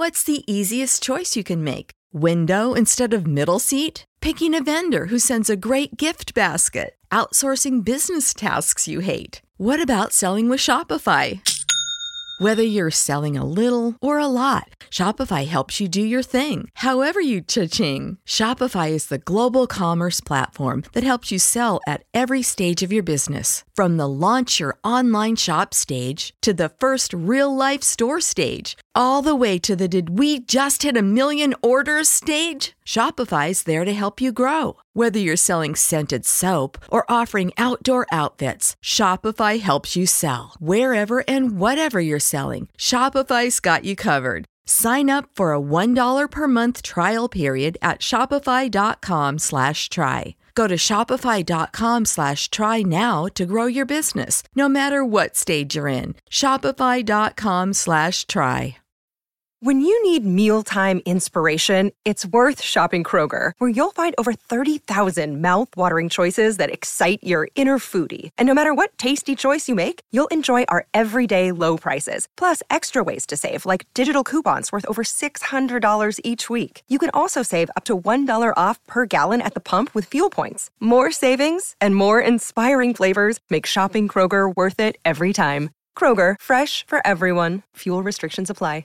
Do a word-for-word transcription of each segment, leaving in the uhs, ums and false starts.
What's the easiest choice you can make? Window instead of middle seat? Picking a vendor who sends a great gift basket? Outsourcing business tasks you hate? What about selling with Shopify? Whether you're selling a little or a lot, Shopify helps you do your thing, however you cha-ching. Shopify is the global commerce platform that helps you sell at every stage of your business. From the launch your online shop stage to the first real-life store stage, all the way to the did we just hit a million orders stage. Shopify's there to help you grow. Whether you're selling scented soap or offering outdoor outfits, Shopify helps you sell. Wherever and whatever you're selling, Shopify's got you covered. Sign up for a one dollar per month trial period at shopify.com slash try. Go to shopify.com slash try now to grow your business, no matter what stage you're in. Shopify.com slash try. When you need mealtime inspiration, it's worth shopping Kroger, where you'll find over thirty thousand mouth-watering choices that excite your inner foodie. And no matter what tasty choice you make, you'll enjoy our everyday low prices, plus extra ways to save, like digital coupons worth over six hundred dollars each week. You can also save up to one dollar off per gallon at the pump with fuel points. More savings and more inspiring flavors make shopping Kroger worth it every time. Kroger, fresh for everyone. Fuel restrictions apply.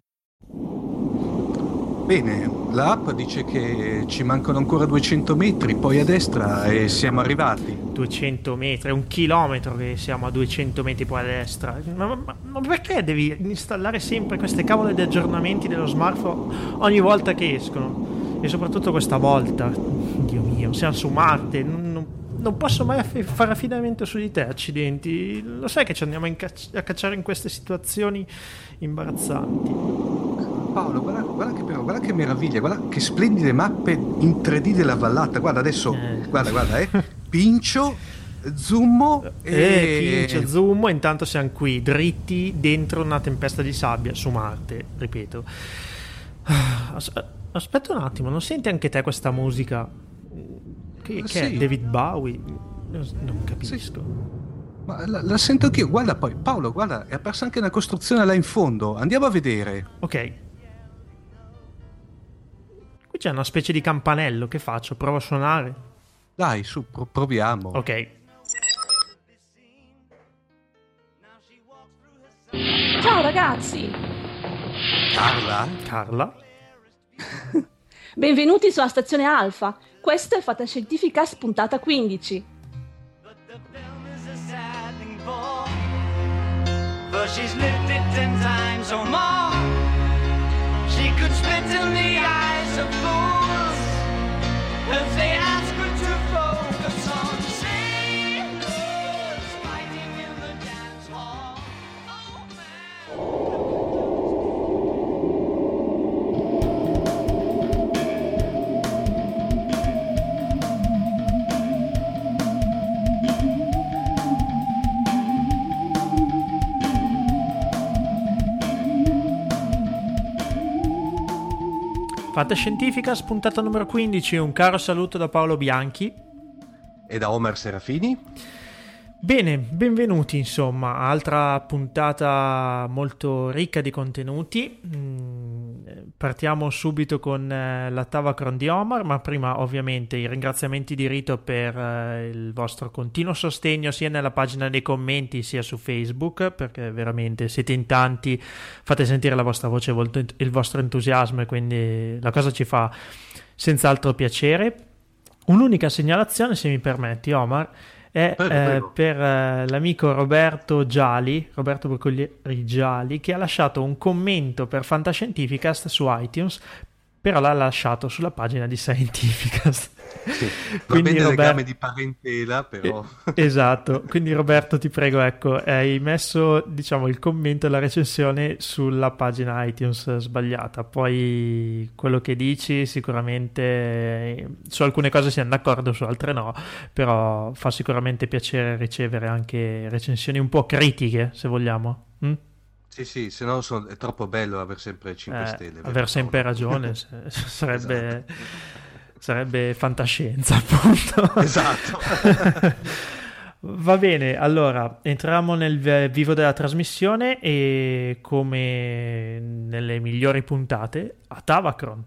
Bene, l'app dice che ci mancano ancora duecento metri, poi a destra e siamo arrivati. duecento metri, è un chilometro che siamo a duecento metri poi a destra. Ma, ma, ma perché devi installare sempre queste cavole di aggiornamenti dello smartphone ogni volta che escono? E soprattutto questa volta, Dio mio, siamo su Marte, non, non, non posso mai aff- fare affidamento su di te, accidenti. Lo sai che ci andiamo a, incacci- a cacciare in queste situazioni imbarazzanti. Paolo, guarda, guarda, che, guarda che meraviglia, guarda che splendide mappe in tre D della vallata. Guarda adesso, eh. guarda, guarda, eh. Pincio, zoom e... Eh, pincio, zoom, intanto siamo qui, dritti dentro una tempesta di sabbia su Marte, ripeto. As- aspetta un attimo, non senti anche te questa musica? Che, che sì. È David Bowie? Non capisco. Sì. Ma la, la sento anch'io, guarda poi, Paolo, guarda, è apparsa anche una costruzione là in fondo, andiamo a vedere. Ok. Qui c'è una specie di campanello, che faccio? Provo a suonare? Dai, su, pro- proviamo. Ok. Ciao ragazzi! Carla? Carla? Benvenuti sulla stazione Alfa, questa è Fantascientificast puntata quindici. But she's lived it ten times or more. She could spit in the eyes of fools if they ask her to focus on sailors fighting in the dance hall. Oh, Fantascientificast puntata numero quindici, un caro saluto da Paolo Bianchi e da Omar Serafini. Bene, benvenuti insomma, altra puntata molto ricca di contenuti. Mm, partiamo subito con eh, la Tavacron di Omar, ma prima ovviamente i ringraziamenti di rito per eh, il vostro continuo sostegno sia nella pagina dei commenti sia su Facebook, perché veramente siete in tanti, fate sentire la vostra voce, il vostro entusiasmo, e quindi la cosa ci fa senz'altro piacere. Un'unica segnalazione, se mi permetti, Omar, è prego, eh, prego. per eh, l'amico Roberto Giali, Roberto Broccolieri Giali, che ha lasciato un commento per Fantascientificast su iTunes, però l'ha lasciato sulla pagina di Scientificast. Sì, Quindi va bene Robert... legame di parentela, però. Eh, esatto, quindi Roberto ti prego, ecco, hai messo diciamo il commento e la recensione sulla pagina iTunes sbagliata, poi quello che dici sicuramente eh, su alcune cose siamo d'accordo, su altre no, però fa sicuramente piacere ricevere anche recensioni un po' critiche, se vogliamo. Mm? Sì, sì, se no sono, è troppo bello avere sempre cinque eh, stelle. Aver sempre Paolo. ragione sarebbe... Esatto. Sarebbe fantascienza, appunto. Esatto. Va bene, allora entriamo nel vivo della trasmissione e come nelle migliori puntate a Tavacron.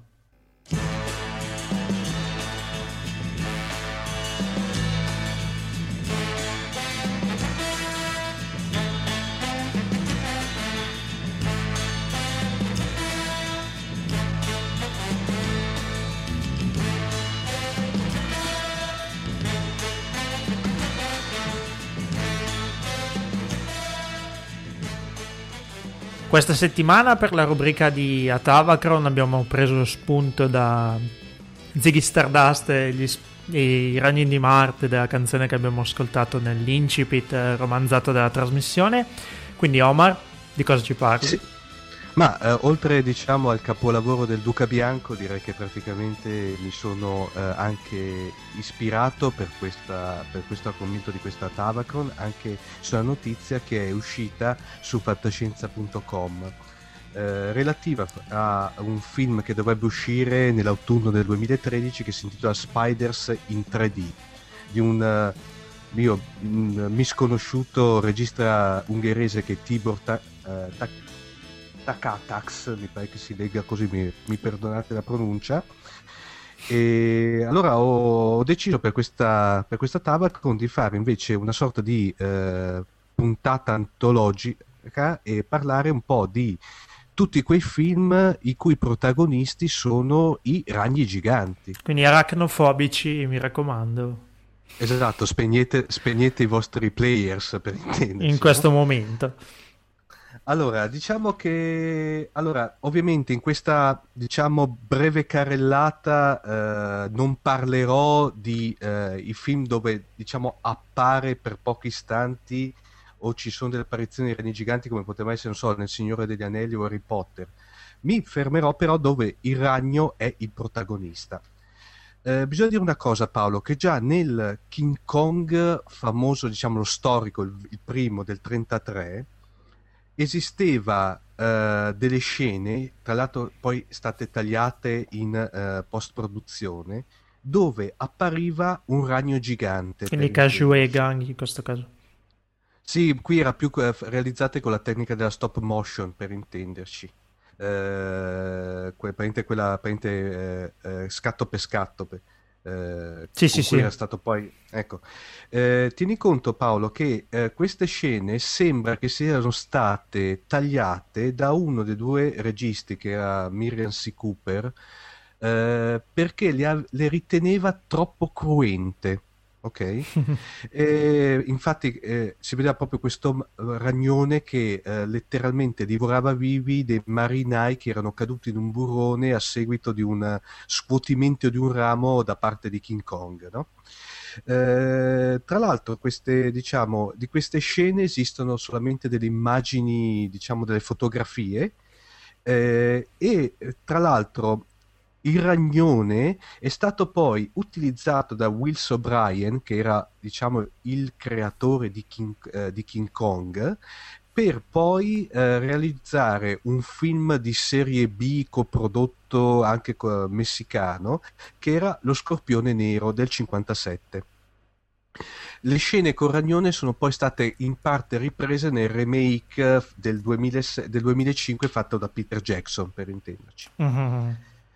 Questa settimana per la rubrica di Atavacron abbiamo preso spunto da Ziggy Stardust e, gli, e i Ragni di Marte, della canzone che abbiamo ascoltato nell'incipit romanzato della trasmissione. Quindi Omar, di cosa ci parli? Sì. Ma eh, oltre diciamo al capolavoro del Duca Bianco, direi che praticamente mi sono eh, anche ispirato per, questa, per questo argomento di questa Tavacron anche sulla notizia che è uscita su fantascienza punto com eh, relativa a un film che dovrebbe uscire nell'autunno del duemilatredici che si intitola Spiders in tre D di un uh, mio un misconosciuto regista ungherese che è Tibor Ta- uh, Ta- Takatax, mi pare che si legga così, mi, mi perdonate la pronuncia. E allora ho, ho deciso per questa, per questa Tavacron di fare invece una sorta di eh, puntata antologica e parlare un po' di tutti quei film i cui protagonisti sono i ragni giganti. Quindi arachnofobici, mi raccomando. Esatto, spegnete, spegnete i vostri players per intenderci. In questo no? momento. Allora, diciamo che allora, ovviamente in questa diciamo breve carrellata eh, non parlerò di eh, i film dove diciamo appare per pochi istanti o ci sono delle apparizioni di ragni giganti come poteva essere, non so, nel Signore degli Anelli o Harry Potter. Mi fermerò però dove il ragno è il protagonista. Eh, bisogna dire una cosa, Paolo, che già nel King Kong famoso, diciamo lo storico, il, il primo del trentatré, esisteva uh, delle scene, tra l'altro poi state tagliate in uh, post-produzione, dove appariva un ragno gigante. Quindi Kashui Gang in questo caso. Sì, qui era più uh, realizzate con la tecnica della stop motion, per intenderci. Uh, que- quella prende, uh, uh, scatto per scatto. Per, Uh, sì, sì, sì. Era stato poi ecco uh, tieni conto Paolo che uh, queste scene sembra che siano state tagliate da uno dei due registi che era Miriam C. Cooper uh, perché le, ha- le riteneva troppo cruente, ok? E, infatti eh, si vedeva proprio questo ragnone che eh, letteralmente divorava vivi dei marinai che erano caduti in un burrone a seguito di un scuotimento di un ramo da parte di King Kong, no? Eh, tra l'altro queste, diciamo, di queste scene esistono solamente delle immagini, diciamo delle fotografie eh, e tra l'altro il ragnone è stato poi utilizzato da Wills O'Brien, che era diciamo il creatore di King, eh, di King Kong, per poi eh, realizzare un film di serie B coprodotto anche co- messicano, che era Lo Scorpione Nero del cinquantasette. Le scene con ragnone sono poi state in parte riprese nel remake del, duemilasei, del duemilacinque fatto da Peter Jackson, per intenderci. Mm-hmm.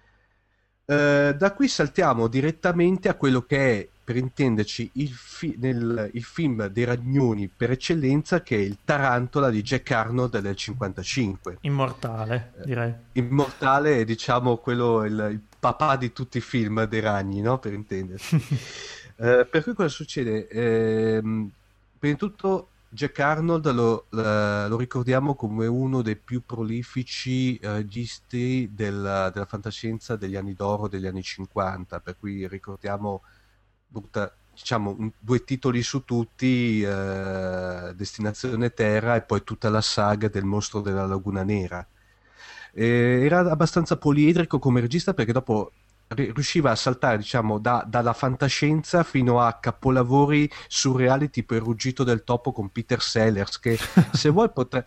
Uh, da qui saltiamo direttamente a quello che è, per intenderci, il, fi- nel, il film dei ragnoni per eccellenza, che è il Tarantola di Jack Arnold del cinquantacinque. Immortale, direi. Uh, immortale è, diciamo, quello, il, il papà di tutti i film dei ragni, no? Per intenderci. uh, per cui cosa succede? Uh, prima di tutto Jack Arnold lo, lo ricordiamo come uno dei più prolifici registi del, della fantascienza degli anni d'oro degli anni cinquanta, per cui ricordiamo diciamo un, due titoli su tutti, eh, Destinazione Terra e poi tutta la saga del Mostro della Laguna Nera. Eh, era abbastanza poliedrico come regista perché dopo riusciva a saltare, diciamo, da, dalla fantascienza fino a capolavori surreali tipo Il Ruggito del Topo con Peter Sellers, che se vuoi potre...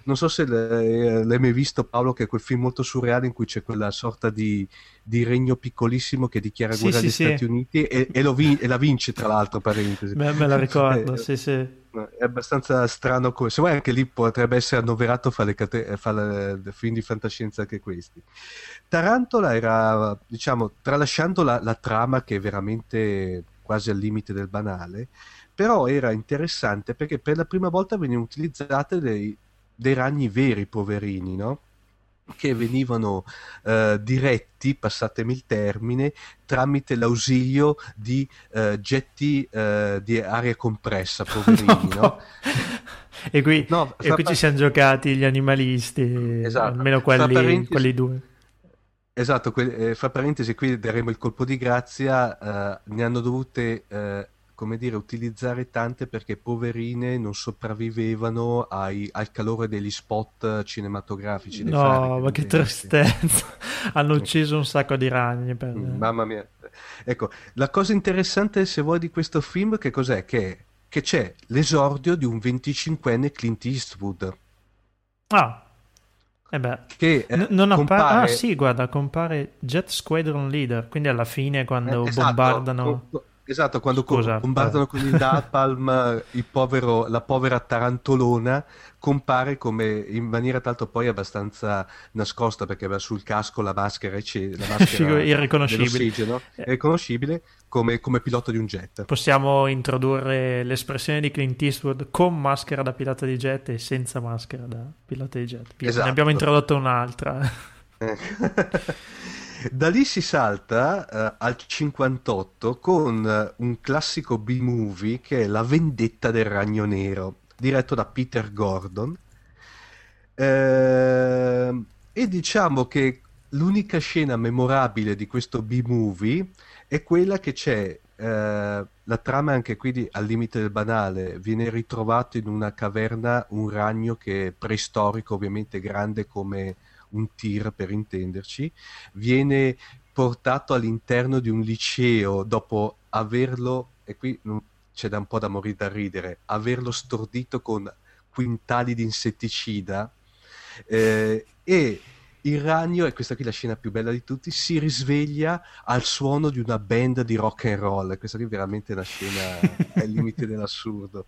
non so se l'hai l'hai mai visto, Paolo, che è quel film molto surreale in cui c'è quella sorta di, di regno piccolissimo che dichiara Sì, guerra sì, agli sì. Stati Uniti e, e lo vin- e la vince, tra l'altro, parentesi. Me, me la ricordo, Eh, sì, sì. È abbastanza strano, come se vuoi anche lì potrebbe essere annoverato fra le, cate- fra le film di fantascienza anche questi. Tarantola era, diciamo, tralasciando la, la trama che è veramente quasi al limite del banale, però era interessante perché per la prima volta venivano utilizzate dei, dei ragni veri, poverini, no? Che venivano eh, diretti, passatemi il termine, tramite l'ausilio di eh, getti eh, di aria compressa, poverini, No, no? E qui, No, e fra qui pa- ci siamo giocati gli animalisti, esatto. almeno Fra quelli, parentesi, quelli due. esatto, que- eh, fra parentesi, qui daremo il colpo di grazia, eh, ne hanno dovute, eh, come dire, utilizzare tante perché poverine non sopravvivevano ai- al calore degli spot cinematografici, dei fari, No, ma che evidenti. tristezza. Hanno ucciso un sacco di ragni per... Mm, Mamma mia. Ecco, la cosa interessante, se vuoi, di questo film, che cos'è? Che, che c'è l'esordio di un venticinquenne Clint Eastwood, Ah, e beh. che N- eh, non appare... Ah, compare... sì, guarda, compare Jet Squadron Leader, quindi alla fine Eh, quando esatto, bombardano... co- esatto, quando co- Scusa, bombardano vabbè. con il napalm il povero, la povera tarantolona compare come in maniera tra l'altro poi abbastanza nascosta perché aveva sul casco la maschera, ecce- la Figo, maschera irriconoscibile. dell'ossigeno, è riconoscibile come, come pilota di un jet. Possiamo introdurre l'espressione di Clint Eastwood con maschera da pilota di jet e senza maschera da pilota di jet. Via, Esatto. Ne abbiamo introdotto un'altra. Eh. Da lì si salta eh, al cinquantotto con eh, un classico B-movie che è La vendetta del ragno nero, diretto da Peter Gordon. Eh, e diciamo che l'unica scena memorabile di questo B-movie è quella che c'è, eh, la trama è anche qui di- al limite del banale, viene ritrovato in una caverna un ragno che è preistorico, ovviamente grande come un tir per intenderci, viene portato all'interno di un liceo dopo averlo, e qui non- c'è da un po' da morire da ridere, averlo stordito con quintali di insetticida, eh, e il ragno, e questa qui è la scena più bella di tutti, si risveglia al suono di una band di rock and roll, e questa qui è veramente una scena al limite dell'assurdo.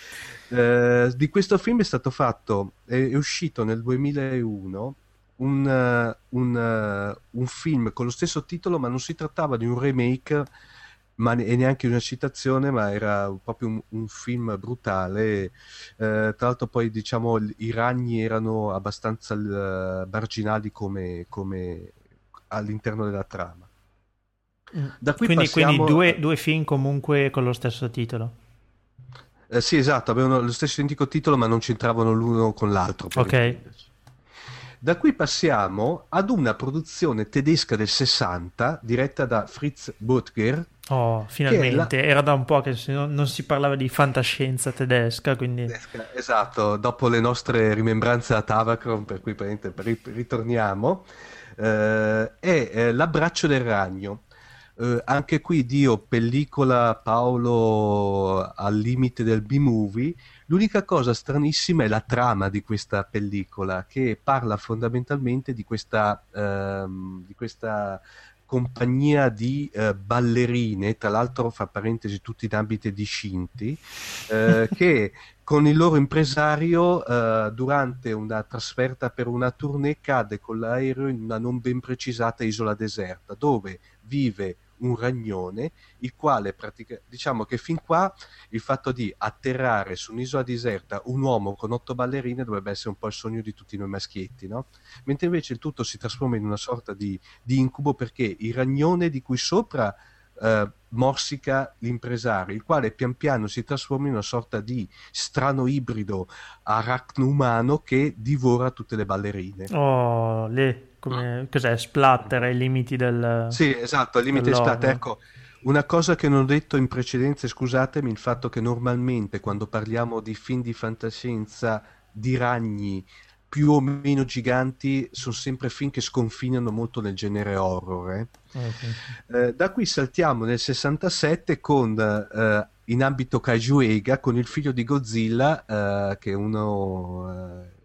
Eh, di questo film è stato fatto, è, è uscito nel duemilauno un, eh, un, eh, un film con lo stesso titolo, ma non si trattava di un remake ma ne- e neanche di una citazione, ma era proprio un, un film brutale. Eh, tra l'altro poi diciamo l- i ragni erano abbastanza eh, marginali come, come all'interno della trama. Da qui Quindi, quindi passiamo due, due film comunque con lo stesso titolo. Eh, sì, esatto, avevano lo stesso identico titolo, ma non c'entravano l'uno con l'altro, per Ok. intenderci. Da qui passiamo ad una produzione tedesca del sessanta, diretta da Fritz Böttger, Oh, che è la... finalmente. Era da un po' che si- non, non si parlava di fantascienza tedesca, quindi... tedesca, esatto, dopo le nostre rimembranze a Tavakron, per cui praticamente ri- ritorniamo, eh, è eh, L'abbraccio del ragno. Eh, anche qui, Dio, pellicola, Paolo, al limite del B-movie. L'unica cosa stranissima è la trama di questa pellicola, che parla fondamentalmente di questa, ehm, di questa compagnia di eh, ballerine, tra l'altro fra parentesi tutti in abiti discinti, eh, che con il loro impresario eh, durante una trasferta per una tournée cade con l'aereo in una non ben precisata isola deserta dove vive un ragnone, il quale pratica- diciamo che fin qua il fatto di atterrare su un'isola deserta un uomo con otto ballerine dovrebbe essere un po' il sogno di tutti noi maschietti, no? Mentre invece il tutto si trasforma in una sorta di, di incubo perché il ragnone di cui sopra eh, morsica l'impresario, il quale pian piano si trasforma in una sorta di strano ibrido aracno-umano che divora tutte le ballerine. Oh, lì, come... cos'è? Splatter ai limiti del... Sì, esatto, al limite di dell'horror. splatter. Ecco, una cosa che non ho detto in precedenza, scusatemi, il fatto che normalmente quando parliamo di film di fantascienza di ragni più o meno giganti sono sempre film che sconfinano molto nel genere horror. eh. Ok. Eh, da qui saltiamo nel sessantasette con eh, in ambito Kaiju Eiga con il figlio di Godzilla, eh, che è uno, eh,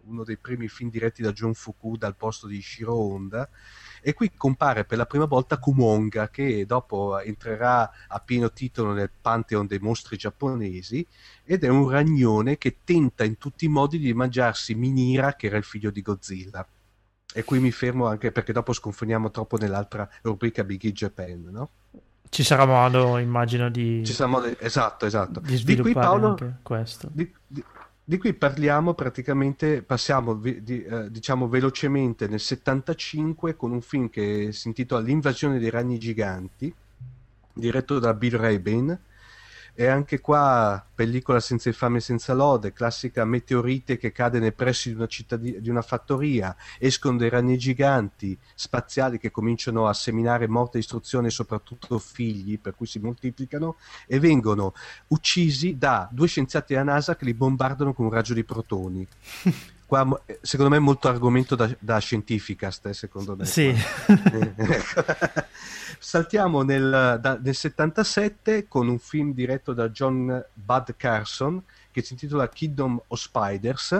uno dei primi film diretti da John Fuku dal posto di Shiro Honda, e qui compare per la prima volta Kumonga, che dopo entrerà a pieno titolo nel pantheon dei mostri giapponesi, ed è un ragnone che tenta in tutti i modi di mangiarsi Minira, che era il figlio di Godzilla. E qui mi fermo, anche perché dopo sconfiniamo troppo nell'altra rubrica Big in Japan, no? Ci sarà modo, immagino, di Ci sarà modo, esatto, esatto. di Di qui, sviluppare Paolo, anche questo. di, di, di qui parliamo praticamente, passiamo vi- di, eh, diciamo velocemente nel settantacinque con un film che si intitola L'invasione dei ragni giganti, diretto da Bill Rabin. E anche qua pellicola senza infame e senza lode, classica meteorite che cade nei pressi di una città di, di una fattoria, escono dei ragni giganti spaziali che cominciano a seminare morte e distruzione, soprattutto figli, per cui si moltiplicano e vengono uccisi da due scienziati della NASA che li bombardano con un raggio di protoni. Qua secondo me è molto argomento da, da scientificast, eh, secondo me. Sì. Saltiamo nel, da, nel settantasette con un film diretto da John Bud Carson che si intitola Kingdom of Spiders.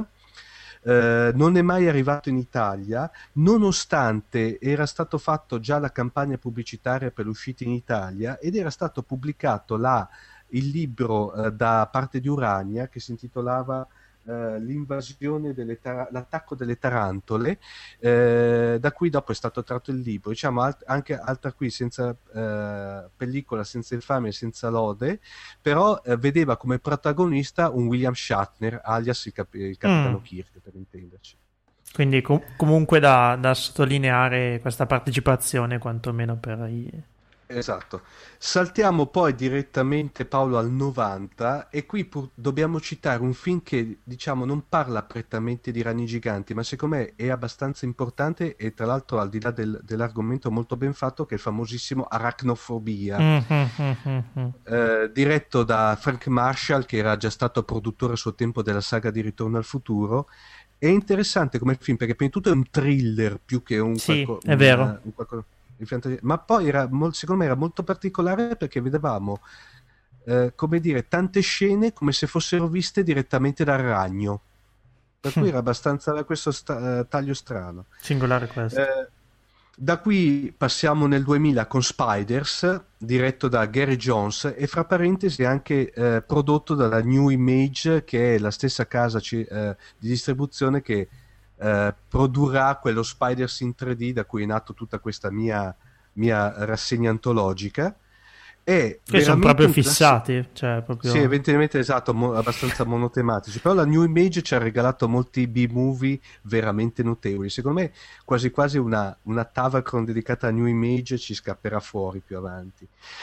Eh, non è mai arrivato in Italia, nonostante era stato fatto già la campagna pubblicitaria per l'uscita in Italia, ed era stato pubblicato là il libro eh, da parte di Urania che si intitolava Uh, l'invasione delle tar- l'attacco delle tarantole, eh, da cui dopo è stato tratto il libro, diciamo alt- anche altra qui senza eh, pellicola senza infame e senza lode, però eh, vedeva come protagonista un William Shatner alias il, cap- il capitano Mm. Kirk, per intenderci. Quindi com- comunque da, da sottolineare questa partecipazione, quantomeno per i... Esatto. Saltiamo poi direttamente, Paolo, al novanta, e qui pur- dobbiamo citare un film che diciamo non parla prettamente di ragni giganti, ma secondo me è abbastanza importante e tra l'altro al di là del- dell'argomento molto ben fatto, che è il famosissimo Arachnofobia, Mm-hmm. eh, diretto da Frank Marshall, che era già stato produttore a suo tempo della saga di Ritorno al futuro. È interessante come film perché prima di tutto è un thriller più che un Sì, qualco- è un- vero. un qualco- di fantasia. Ma poi era mol- secondo me era molto particolare perché vedevamo eh, come dire tante scene come se fossero viste direttamente dal ragno, per cui era abbastanza questo sta- eh, taglio strano. Singolare questo. Eh, da qui passiamo nel duemila con Spiders, diretto da Gary Jones e fra parentesi anche eh, prodotto dalla New Image, che è la stessa casa ci- eh, di distribuzione che eh, produrrà quello Spiders in tre D da cui è nato tutta questa mia, mia rassegna antologica. È Che sono veramente proprio un classi- fissati, cioè proprio... Sì, evidentemente esatto, mo- abbastanza monotematici, però la New Image ci ha regalato molti B-movie veramente notevoli. Secondo me quasi quasi una, una Tavacron dedicata a New Image ci scapperà fuori più avanti.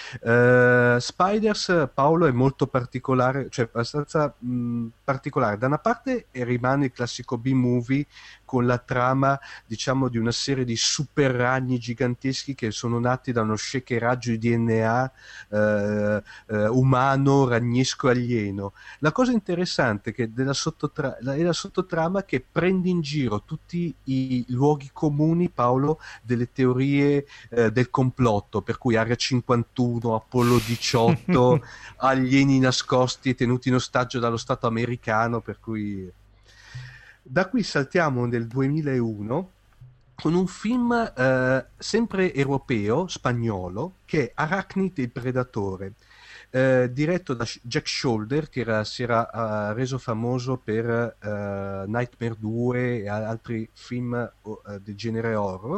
Eh, Spiders, Paolo, è molto particolare, cioè abbastanza mh, particolare. Da una parte eh, rimane il classico B-movie con la trama, diciamo, di una serie di super ragni giganteschi che sono nati da uno shakeraggio di D N A eh, eh, umano, ragnesco, alieno. La cosa interessante che della sottotra- è la sottotrama che prende in giro tutti i luoghi comuni, Paolo, delle teorie eh, del complotto, per cui Area cinquantuno, Apollo diciotto, alieni nascosti e tenuti in ostaggio dallo Stato americano, per cui da qui saltiamo nel duemilauno con un film eh, sempre europeo, spagnolo, che è Arachnid il Predatore, eh, diretto da Jack Shoulder, che era, si era eh, reso famoso per eh, Nightmare due e altri film eh, del genere horror,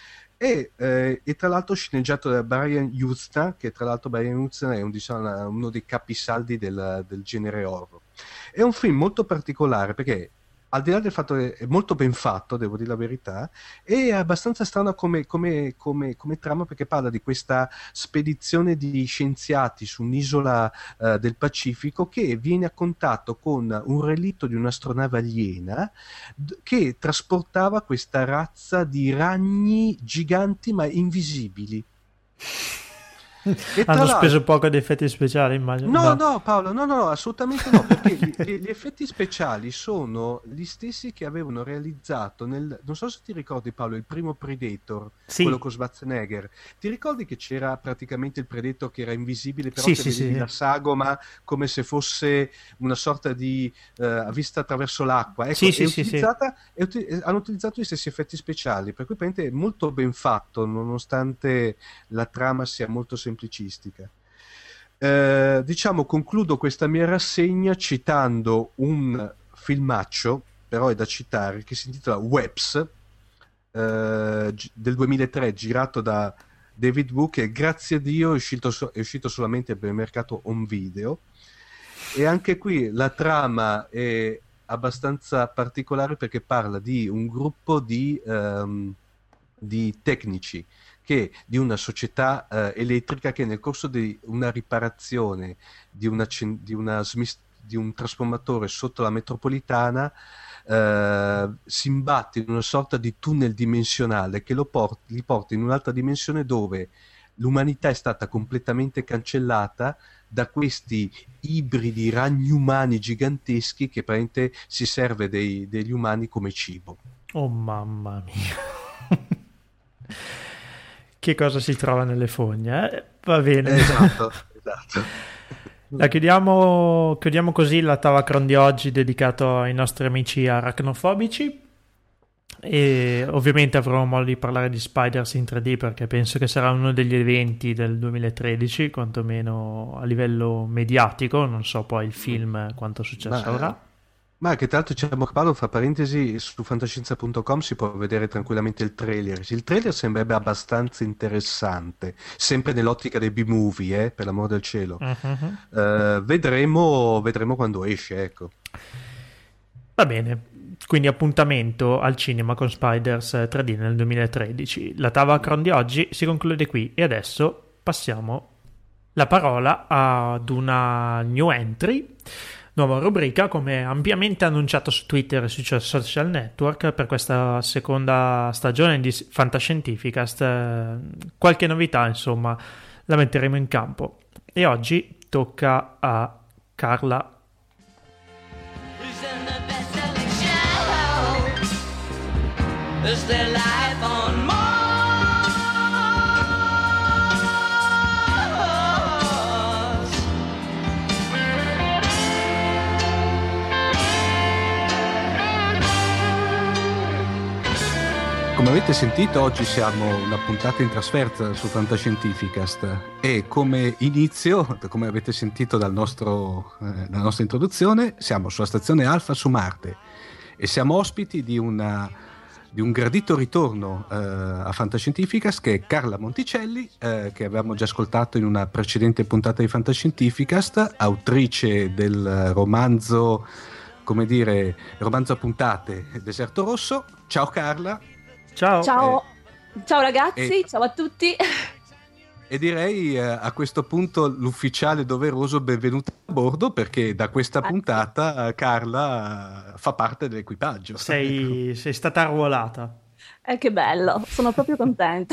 e, eh, e tra l'altro sceneggiato da Brian Yuzna, che tra l'altro Brian Yuzna è un, diciamo, uno dei capisaldi del, del genere horror. È un film molto particolare perché al di là del fatto che è molto ben fatto, devo dire la verità, è abbastanza strano come, come, come, come trama, perché parla di questa spedizione di scienziati su un'isola eh, del Pacifico che viene a contatto con un relitto di un'astronave aliena d- che trasportava questa razza di ragni giganti ma invisibili. E tra Hanno l'altro- speso poco di effetti speciali, immagino. No, no, Paolo, no, no, no, assolutamente no, perché gli, gli- gli effetti speciali sono gli stessi che avevano realizzato nel, non so se ti ricordi Paolo, il primo Predator, Sì. quello con Schwarzenegger. Ti ricordi che c'era praticamente il Predator che era invisibile, però Sì, che sì, vedevi sì. la sagoma come se fosse una sorta di eh, vista attraverso l'acqua? Ecco, Sì, sì, è sì, sì. utilizzata, è uti- hanno utilizzato gli stessi effetti speciali, per cui praticamente è molto ben fatto, nonostante la trama sia molto semplicistica. Eh, diciamo, concludo questa mia rassegna citando un filmaccio, però è da citare, che si intitola Webs, eh, gi- del duemilatré, girato da David Wu, che grazie a Dio è uscito, so- è uscito solamente per il mercato home video. E anche qui la trama è abbastanza particolare perché parla di un gruppo di, ehm, di tecnici che di una società eh, elettrica che nel corso di una riparazione di, una, cen- di, una smis- di un trasformatore sotto la metropolitana eh, si imbatte in una sorta di tunnel dimensionale che lo port- li porta in un'altra dimensione dove l'umanità è stata completamente cancellata da questi ibridi ragni umani giganteschi che praticamente si serve dei- degli umani come cibo. Oh mamma mia. Che cosa si trova nelle fogne, eh? Va bene. Esatto, esatto. La chiudiamo, chiudiamo così la Tavacron di oggi dedicato ai nostri amici aracnofobici e ovviamente avremo modo di parlare di Spiders in tre D perché penso che sarà uno degli eventi del duemilatredici, quantomeno a livello mediatico, non so poi il film quanto successo Ma- avrà. Ma che tra l'altro diciamo che Paolo, fra parentesi, su fantascienza punto com si può vedere tranquillamente il trailer. Il trailer sembrerebbe abbastanza interessante, sempre nell'ottica dei B-movie, eh, per l'amor del cielo. Mhm. Eh, vedremo, vedremo quando esce, ecco. Va bene, quindi appuntamento al cinema con Spiders tre D nel duemilatredici. La Tavacron di oggi si conclude qui e adesso passiamo la parola ad una new entry, nuova rubrica come ampiamente annunciato su Twitter e sui social network per questa seconda stagione di Fantascientificast. Eh, qualche novità insomma la metteremo in campo e oggi tocca a Carla. Who's in the best-selling show? Is there life on Mars? Come avete sentito, oggi siamo una puntata in trasferta su Fantascientificast e come inizio, come avete sentito dal nostro, eh, dalla nostra introduzione, siamo sulla stazione Alfa su Marte e siamo ospiti di, una, di un gradito ritorno eh, a Fantascientificast che è Carla Monticelli, eh, che avevamo già ascoltato in una precedente puntata di Fantascientificast, autrice del romanzo, come dire, romanzo a puntate Deserto Rosso. Ciao Carla. Ciao. Ciao, ciao ragazzi, e- ciao a tutti. E direi eh, a questo punto l'ufficiale doveroso benvenuto a bordo perché da questa Grazie. puntata eh, Carla eh, fa parte dell'equipaggio. Sei, sei stata arruolata. Eh, che bello, sono proprio contenta.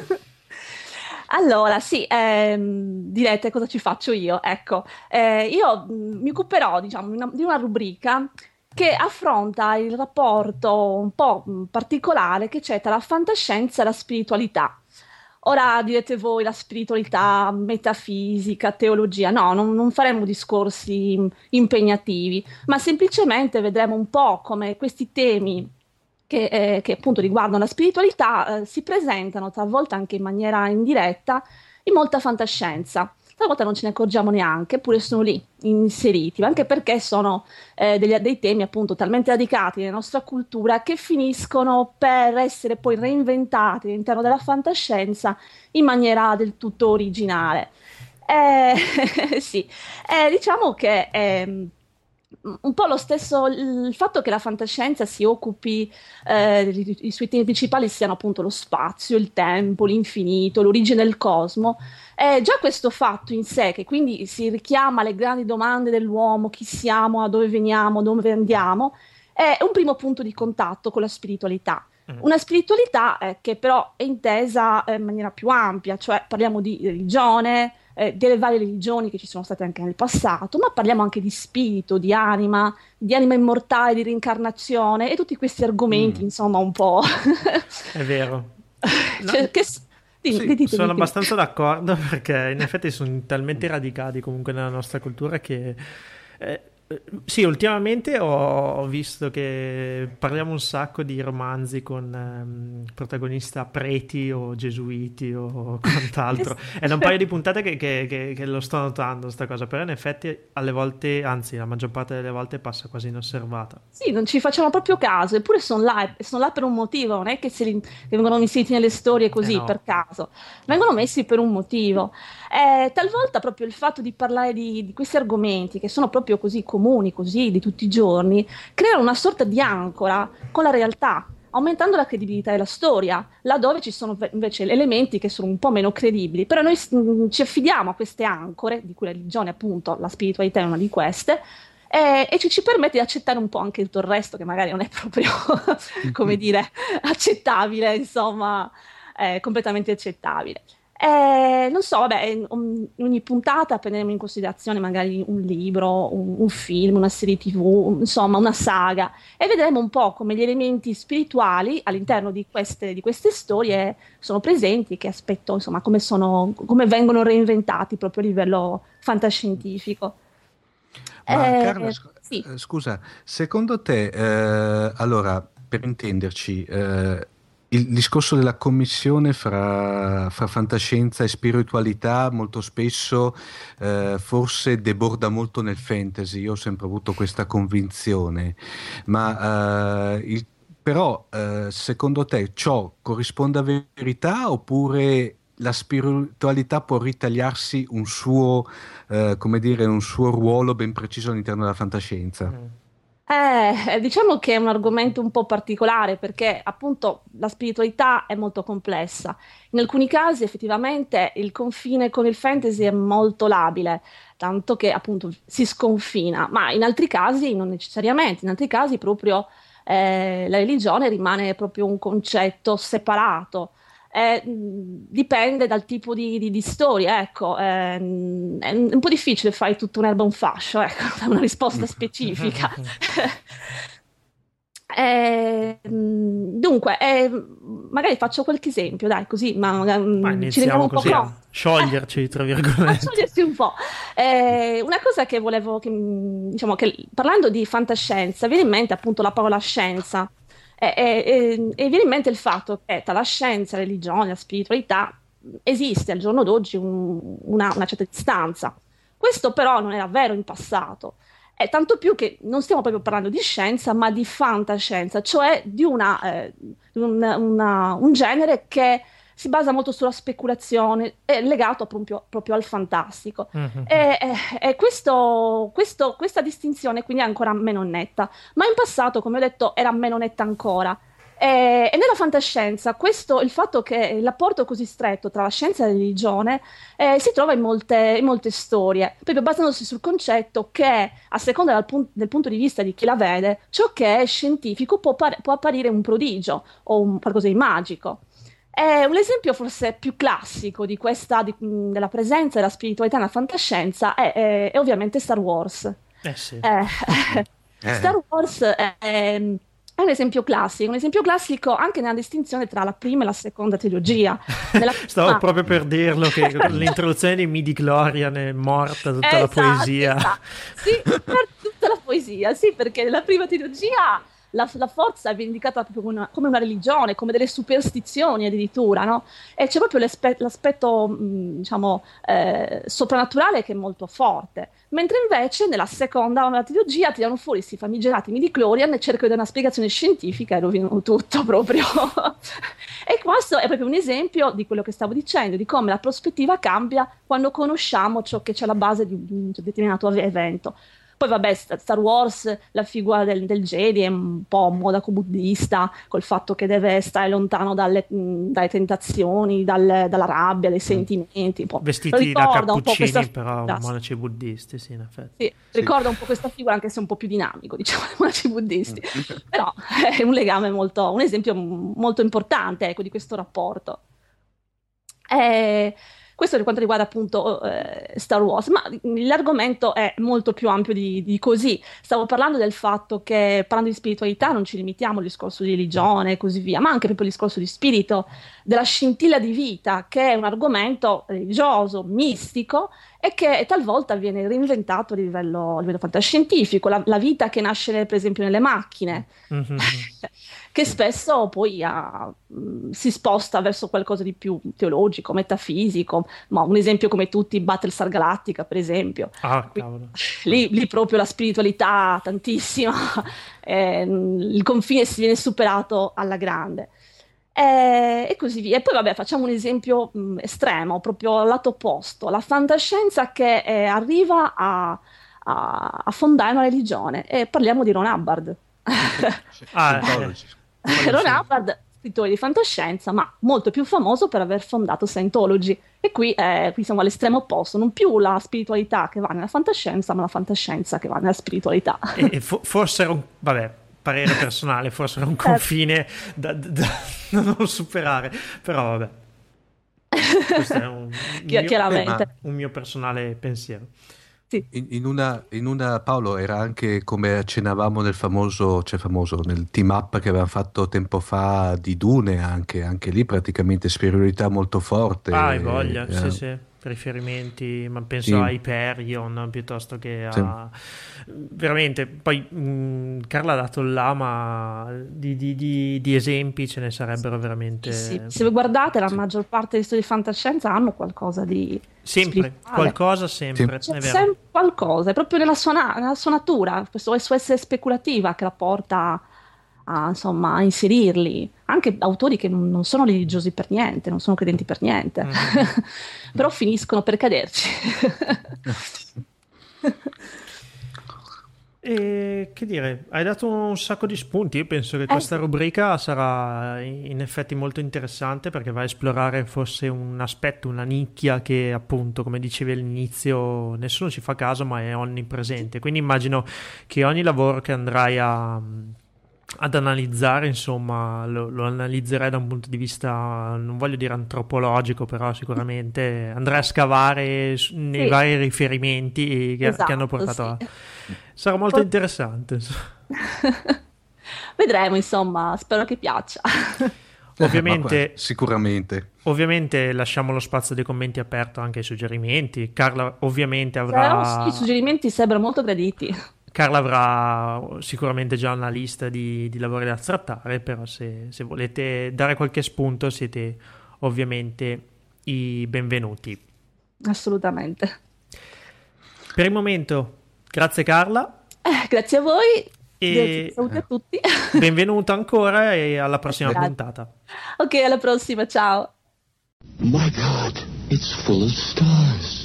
Allora, sì, ehm, direte cosa ci faccio io. Ecco, eh, io mh, mi occuperò, diciamo, di una, di una rubrica che affronta il rapporto un po' mh, particolare che c'è tra la fantascienza e la spiritualità. Ora direte voi la spiritualità, metafisica, teologia. No, non, non faremo discorsi mh, impegnativi, ma semplicemente vedremo un po' come questi temi che, eh, che appunto riguardano la spiritualità eh, si presentano talvolta anche in maniera indiretta in molta fantascienza. Talvolta non ce ne accorgiamo neanche, eppure sono lì inseriti, anche perché sono eh, degli- dei temi appunto talmente radicati nella nostra cultura che finiscono per essere poi reinventati all'interno della fantascienza in maniera del tutto originale. Eh, sì, Eh, diciamo che ehm, un po' lo stesso il fatto che la fantascienza si occupi, eh, i, i suoi temi principali siano appunto lo spazio, il tempo, l'infinito, l'origine del cosmo. Eh, già questo fatto in sé, che quindi si richiama alle grandi domande dell'uomo, chi siamo, da dove veniamo, dove andiamo, è un primo punto di contatto con la spiritualità. Una spiritualità eh, che però è intesa eh, in maniera più ampia, cioè parliamo di religione, eh, delle varie religioni che ci sono state anche nel passato, ma parliamo anche di spirito, di anima, di anima immortale, di reincarnazione e tutti questi argomenti, Mm. insomma, un po'. È vero. No, Cioè, che s- dimmi, sì, ditemi, sono ditemi. abbastanza d'accordo perché in effetti sono talmente radicati comunque nella nostra cultura che eh, eh, sì, ultimamente ho, ho visto che parliamo un sacco di romanzi con ehm, protagonista preti o gesuiti o quant'altro. È da un paio di puntate che, che- che- che lo sto notando sta cosa, però in effetti alle volte, anzi la maggior parte delle volte passa quasi inosservata. Sì, non ci facciamo proprio caso, eppure sono là, e sono là per un motivo, non è che, se li- che vengono inseriti nelle storie così Eh no. per caso, vengono messi per un motivo. Eh, talvolta proprio il fatto di parlare di, di questi argomenti, che sono proprio così comuni, così di tutti i giorni, creano una sorta di ancora con la realtà, aumentando la credibilità della storia, laddove ci sono ve- invece elementi che sono un po' meno credibili. Però noi mm, ci affidiamo a queste ancore, di cui la religione, appunto, la spiritualità è una di queste, e, e ci, ci permette di accettare un po' anche tutto il resto, che magari non è proprio, come dire, accettabile, insomma, è completamente accettabile. Eh, non so, vabbè, in in ogni puntata prenderemo in considerazione magari un libro, un, un film, una serie T V, insomma, una saga, e vedremo un po' come gli elementi spirituali all'interno di queste, di queste storie sono presenti, che aspetto, insomma, come sono, come vengono reinventati proprio a livello fantascientifico. Ma Eh, Carla, sc- sì. eh, scusa, secondo te, eh, allora, per intenderci, eh, il discorso della commissione fra, fra fantascienza e spiritualità molto spesso eh, forse deborda molto nel fantasy, io ho sempre avuto questa convinzione, ma eh, il- però eh, secondo te ciò corrisponde a verità oppure la spiritualità può ritagliarsi un suo eh, come dire, un suo ruolo ben preciso all'interno della fantascienza? Mm. Eh, diciamo che è un argomento un po' particolare perché appunto la spiritualità è molto complessa. In alcuni casi effettivamente il confine con il fantasy è molto labile, tanto che appunto si sconfina, ma in altri casi non necessariamente, in altri casi proprio eh, la religione rimane proprio un concetto separato. Eh, mh, dipende dal tipo di, di- di storia, ecco, ehm, è un un po' difficile fare tutto un'erba un fascio, ecco, una risposta specifica. Eh, mh, dunque, eh, magari faccio qualche esempio, dai, così ma, Ma mm, ci rendiamo iniziamo un po' così a conto. scioglierci, tra A virgolette. sciogliersi un po'. Eh, una cosa che volevo, che, mh, diciamo che parlando di fantascienza, viene in mente appunto la parola scienza. E, e- e- e viene in mente il fatto che tra la scienza, la religione, la spiritualità esiste al giorno d'oggi un- una, una certa distanza. Questo però non era vero in passato. E tanto più che non stiamo proprio parlando di scienza, ma di fantascienza, cioè di una, eh, di un, una- un genere che si basa molto sulla speculazione, è legato proprio, proprio al fantastico. Mhm. E, e- e questo- questo- questa distinzione quindi è ancora meno netta, ma in passato, come ho detto, era meno netta ancora. E, e nella fantascienza, questo, il fatto che il rapporto così stretto tra la scienza e la religione eh, si trova in molte, in molte storie, proprio basandosi sul concetto che, a seconda del, pun- del punto di vista di chi la vede, ciò che è scientifico può, par- può apparire un prodigio o un qualcosa di magico. Eh, un esempio forse più classico di questa, di- mh, della presenza della spiritualità nella fantascienza è, è- è ovviamente Star Wars. Eh sì. Eh, Eh. Star Wars è, è un esempio classico, un esempio classico anche nella distinzione tra la prima e la seconda trilogia. Nella Stavo prima- proprio per dirlo che con l'introduzione di Midi-Chlorian è morta tutta la Esatto, poesia. esatto. Sì, per tutta la poesia, sì, perché nella prima trilogia la, la forza è indicata proprio come una, come una religione, come delle superstizioni addirittura, no? E c'è proprio l'aspe- l'aspetto, mh, diciamo, eh, soprannaturale che è molto forte. Mentre invece nella seconda trilogia tirano fuori questi famigerati midi-chlorian e cercano di dare una spiegazione scientifica e rovinano tutto proprio. E questo è proprio un esempio di quello che stavo dicendo, di come la prospettiva cambia quando conosciamo ciò che c'è alla base di un determinato evento. Poi vabbè, Star Wars, la figura del, del Jedi è un po' monaco buddista, col fatto che deve stare lontano dalle, mh, dalle tentazioni, dal- dalla rabbia, dai sentimenti. Un po'. Lo Vestiti da ricorda un po' cappuccini, questa però figura. monaci buddisti, sì, in effetti. Sì, ricorda un po' questa figura, anche se un po' più dinamico, diciamo, dei monaci buddisti. Però è un legame molto, un esempio molto importante, ecco, di questo rapporto. Eh, Questo per quanto riguarda appunto eh, Star Wars, ma l'argomento è molto più ampio di, di così. Stavo parlando del fatto che, parlando di spiritualità, non ci limitiamo al discorso di religione e così via, ma anche proprio al discorso di spirito, della scintilla di vita, che è un argomento religioso, mistico, e che talvolta viene reinventato a livello, a livello fantascientifico. La, la vita che nasce, per esempio, nelle macchine. Mhm. Che spesso poi ha, mh, si sposta verso qualcosa di più teologico, metafisico, ma un esempio come tutti, Battlestar Galactica, per esempio. Ah, Qui- cavolo. Lì, lì proprio la spiritualità tantissima, eh, il confine si viene superato alla grande. E, e così via. E poi vabbè, facciamo un esempio mh, estremo, proprio al lato opposto, la fantascienza che eh, arriva a, a- a fondare una religione. E parliamo di Ron Hubbard. Ah, eh, Scientology. quello Ron sì. Hubbard, scrittore di fantascienza, ma molto più famoso per aver fondato Scientology. E qui, eh, qui siamo all'estremo opposto, non più la spiritualità che va nella fantascienza, ma la fantascienza che va nella spiritualità. E, e fo- forse era un, vabbè, parere personale, forse era un confine da, da- da non superare, però vabbè, questo è un, un Chi- mio, chiaramente. un mio personale pensiero. Sì. In, in una, in una, Paolo, era anche come accennavamo nel famoso, cioè famoso, nel team up che avevamo fatto tempo fa di Dune, anche, anche lì praticamente spiritualità molto forte. Ah, hai voglia, eh, sì, sì, riferimenti, ma penso Sì. a Hyperion piuttosto che a... Veramente, poi mh, Carla ha dato là, ma di, di- di- di esempi ce ne sarebbero veramente... Sì, se voi guardate, la maggior parte delle storie di fantascienza hanno qualcosa di Sempre, spirituale. qualcosa sempre, C'è è vero. sempre qualcosa, è proprio nella sua, na- nella sua natura, questo suo essere speculativa che la porta a, insomma, a inserirli. Anche autori che non, non sono religiosi per niente, non sono credenti per niente, Mhm. però finiscono per caderci. E che dire, hai dato un sacco di spunti. Io penso che questa rubrica sarà in effetti molto interessante, perché va a esplorare forse un aspetto, una nicchia che appunto, come dicevi all'inizio, nessuno ci fa caso ma è onnipresente. Quindi immagino che ogni lavoro che andrai a, ad analizzare, insomma, lo, lo analizzerai da un punto di vista, non voglio dire antropologico, però sicuramente andrai a scavare su- nei Sì. vari riferimenti che, che hanno Esatto, portato a... sì. Sarà molto Poi- interessante. Vedremo, insomma, spero che piaccia. Ovviamente, Ma, sicuramente. ovviamente lasciamo lo spazio dei commenti aperto anche ai suggerimenti. Carla ovviamente Però avrà... sì, i suggerimenti sembrano molto graditi. Carla avrà sicuramente già una lista di, di lavori da trattare, però se, se volete dare qualche spunto siete ovviamente i benvenuti. Assolutamente. Per il momento, grazie Carla, Eh, grazie a voi. E- Saluti a tutti. benvenuta ancora e alla prossima Grazie. puntata. Ok, alla prossima, ciao. My God, it's full of stars.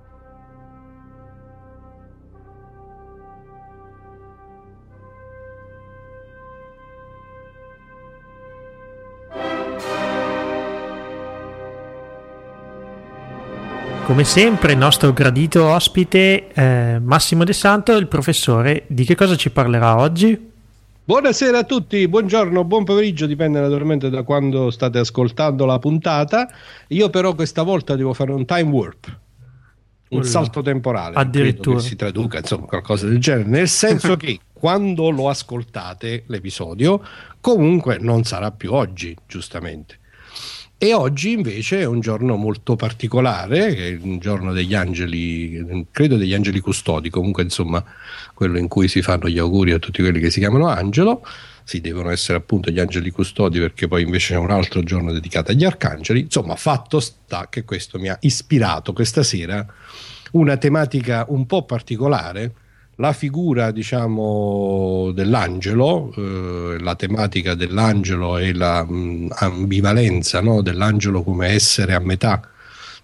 Come sempre il nostro gradito ospite eh, Massimo De Santo, il professore, di che cosa ci parlerà oggi? Buonasera a tutti, buongiorno, buon pomeriggio, dipende naturalmente da quando state ascoltando la puntata. Io però questa volta devo fare un time warp, un Ulla. salto temporale, Addirittura. credo che si traduca, insomma, qualcosa del genere, nel senso che quando lo ascoltate l'episodio comunque non sarà più oggi, giustamente. E oggi invece è un giorno molto particolare, che è un giorno degli angeli, credo degli angeli custodi, comunque insomma quello in cui si fanno gli auguri a tutti quelli che si chiamano angelo. Sì, devono essere appunto gli angeli custodi, perché poi invece c'è un altro giorno dedicato agli arcangeli. Insomma, fatto sta che questo mi ha ispirato questa sera una tematica un po' particolare, la figura, diciamo, dell'angelo, eh, la tematica dell'angelo e la mh, ambivalenza, no, dell'angelo come essere a metà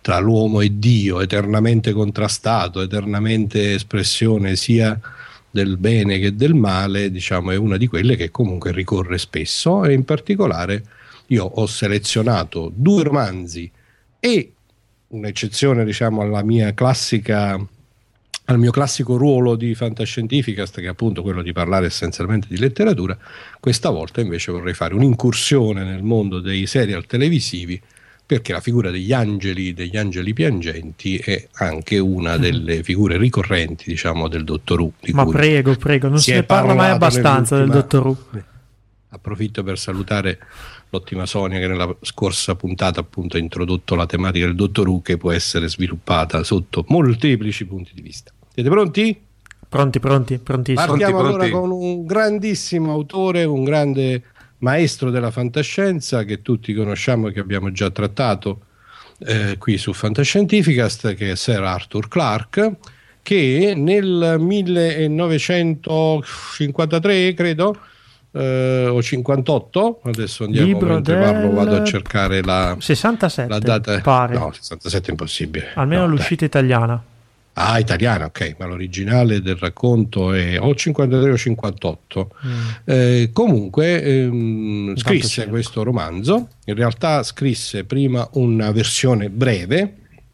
tra l'uomo e Dio, eternamente contrastato, eternamente espressione sia del bene che del male, diciamo, è una di quelle che comunque ricorre spesso, e in particolare io ho selezionato due romanzi e un'eccezione, diciamo, alla mia classica al mio classico ruolo di fantascientificast, che è appunto quello di parlare essenzialmente di letteratura. Questa volta invece vorrei fare un'incursione nel mondo dei serial televisivi, perché la figura degli angeli, degli angeli piangenti, è anche una delle figure ricorrenti, diciamo, del Dottor Who. Ma prego, prego, non se ne parla mai abbastanza del Dottor Who. Approfitto per salutare l'ottima Sonia, che nella scorsa puntata appunto ha introdotto la tematica del Dottor Who, che può essere sviluppata sotto molteplici punti di vista. Siete pronti? Pronti, pronti, prontissimi. Partiamo pronti, allora pronti. con un grandissimo autore, un grande maestro della fantascienza che tutti conosciamo e che abbiamo già trattato eh, qui su Fantascientificast, che è Sir Arthur Clarke, che nel millenovecentocinquantatré, credo, eh, o cinquantotto, adesso andiamo, Libro mentre del... parlo vado a cercare la, sessantasette, la data. pare. No, sessantasette è impossibile. Almeno no, l'uscita dai. italiana. Ah, italiana, ok, ma l'originale del racconto è o cinquantatré o cinquantotto. Mm. Eh, comunque ehm, scrisse certo. questo romanzo. In realtà scrisse prima una versione breve,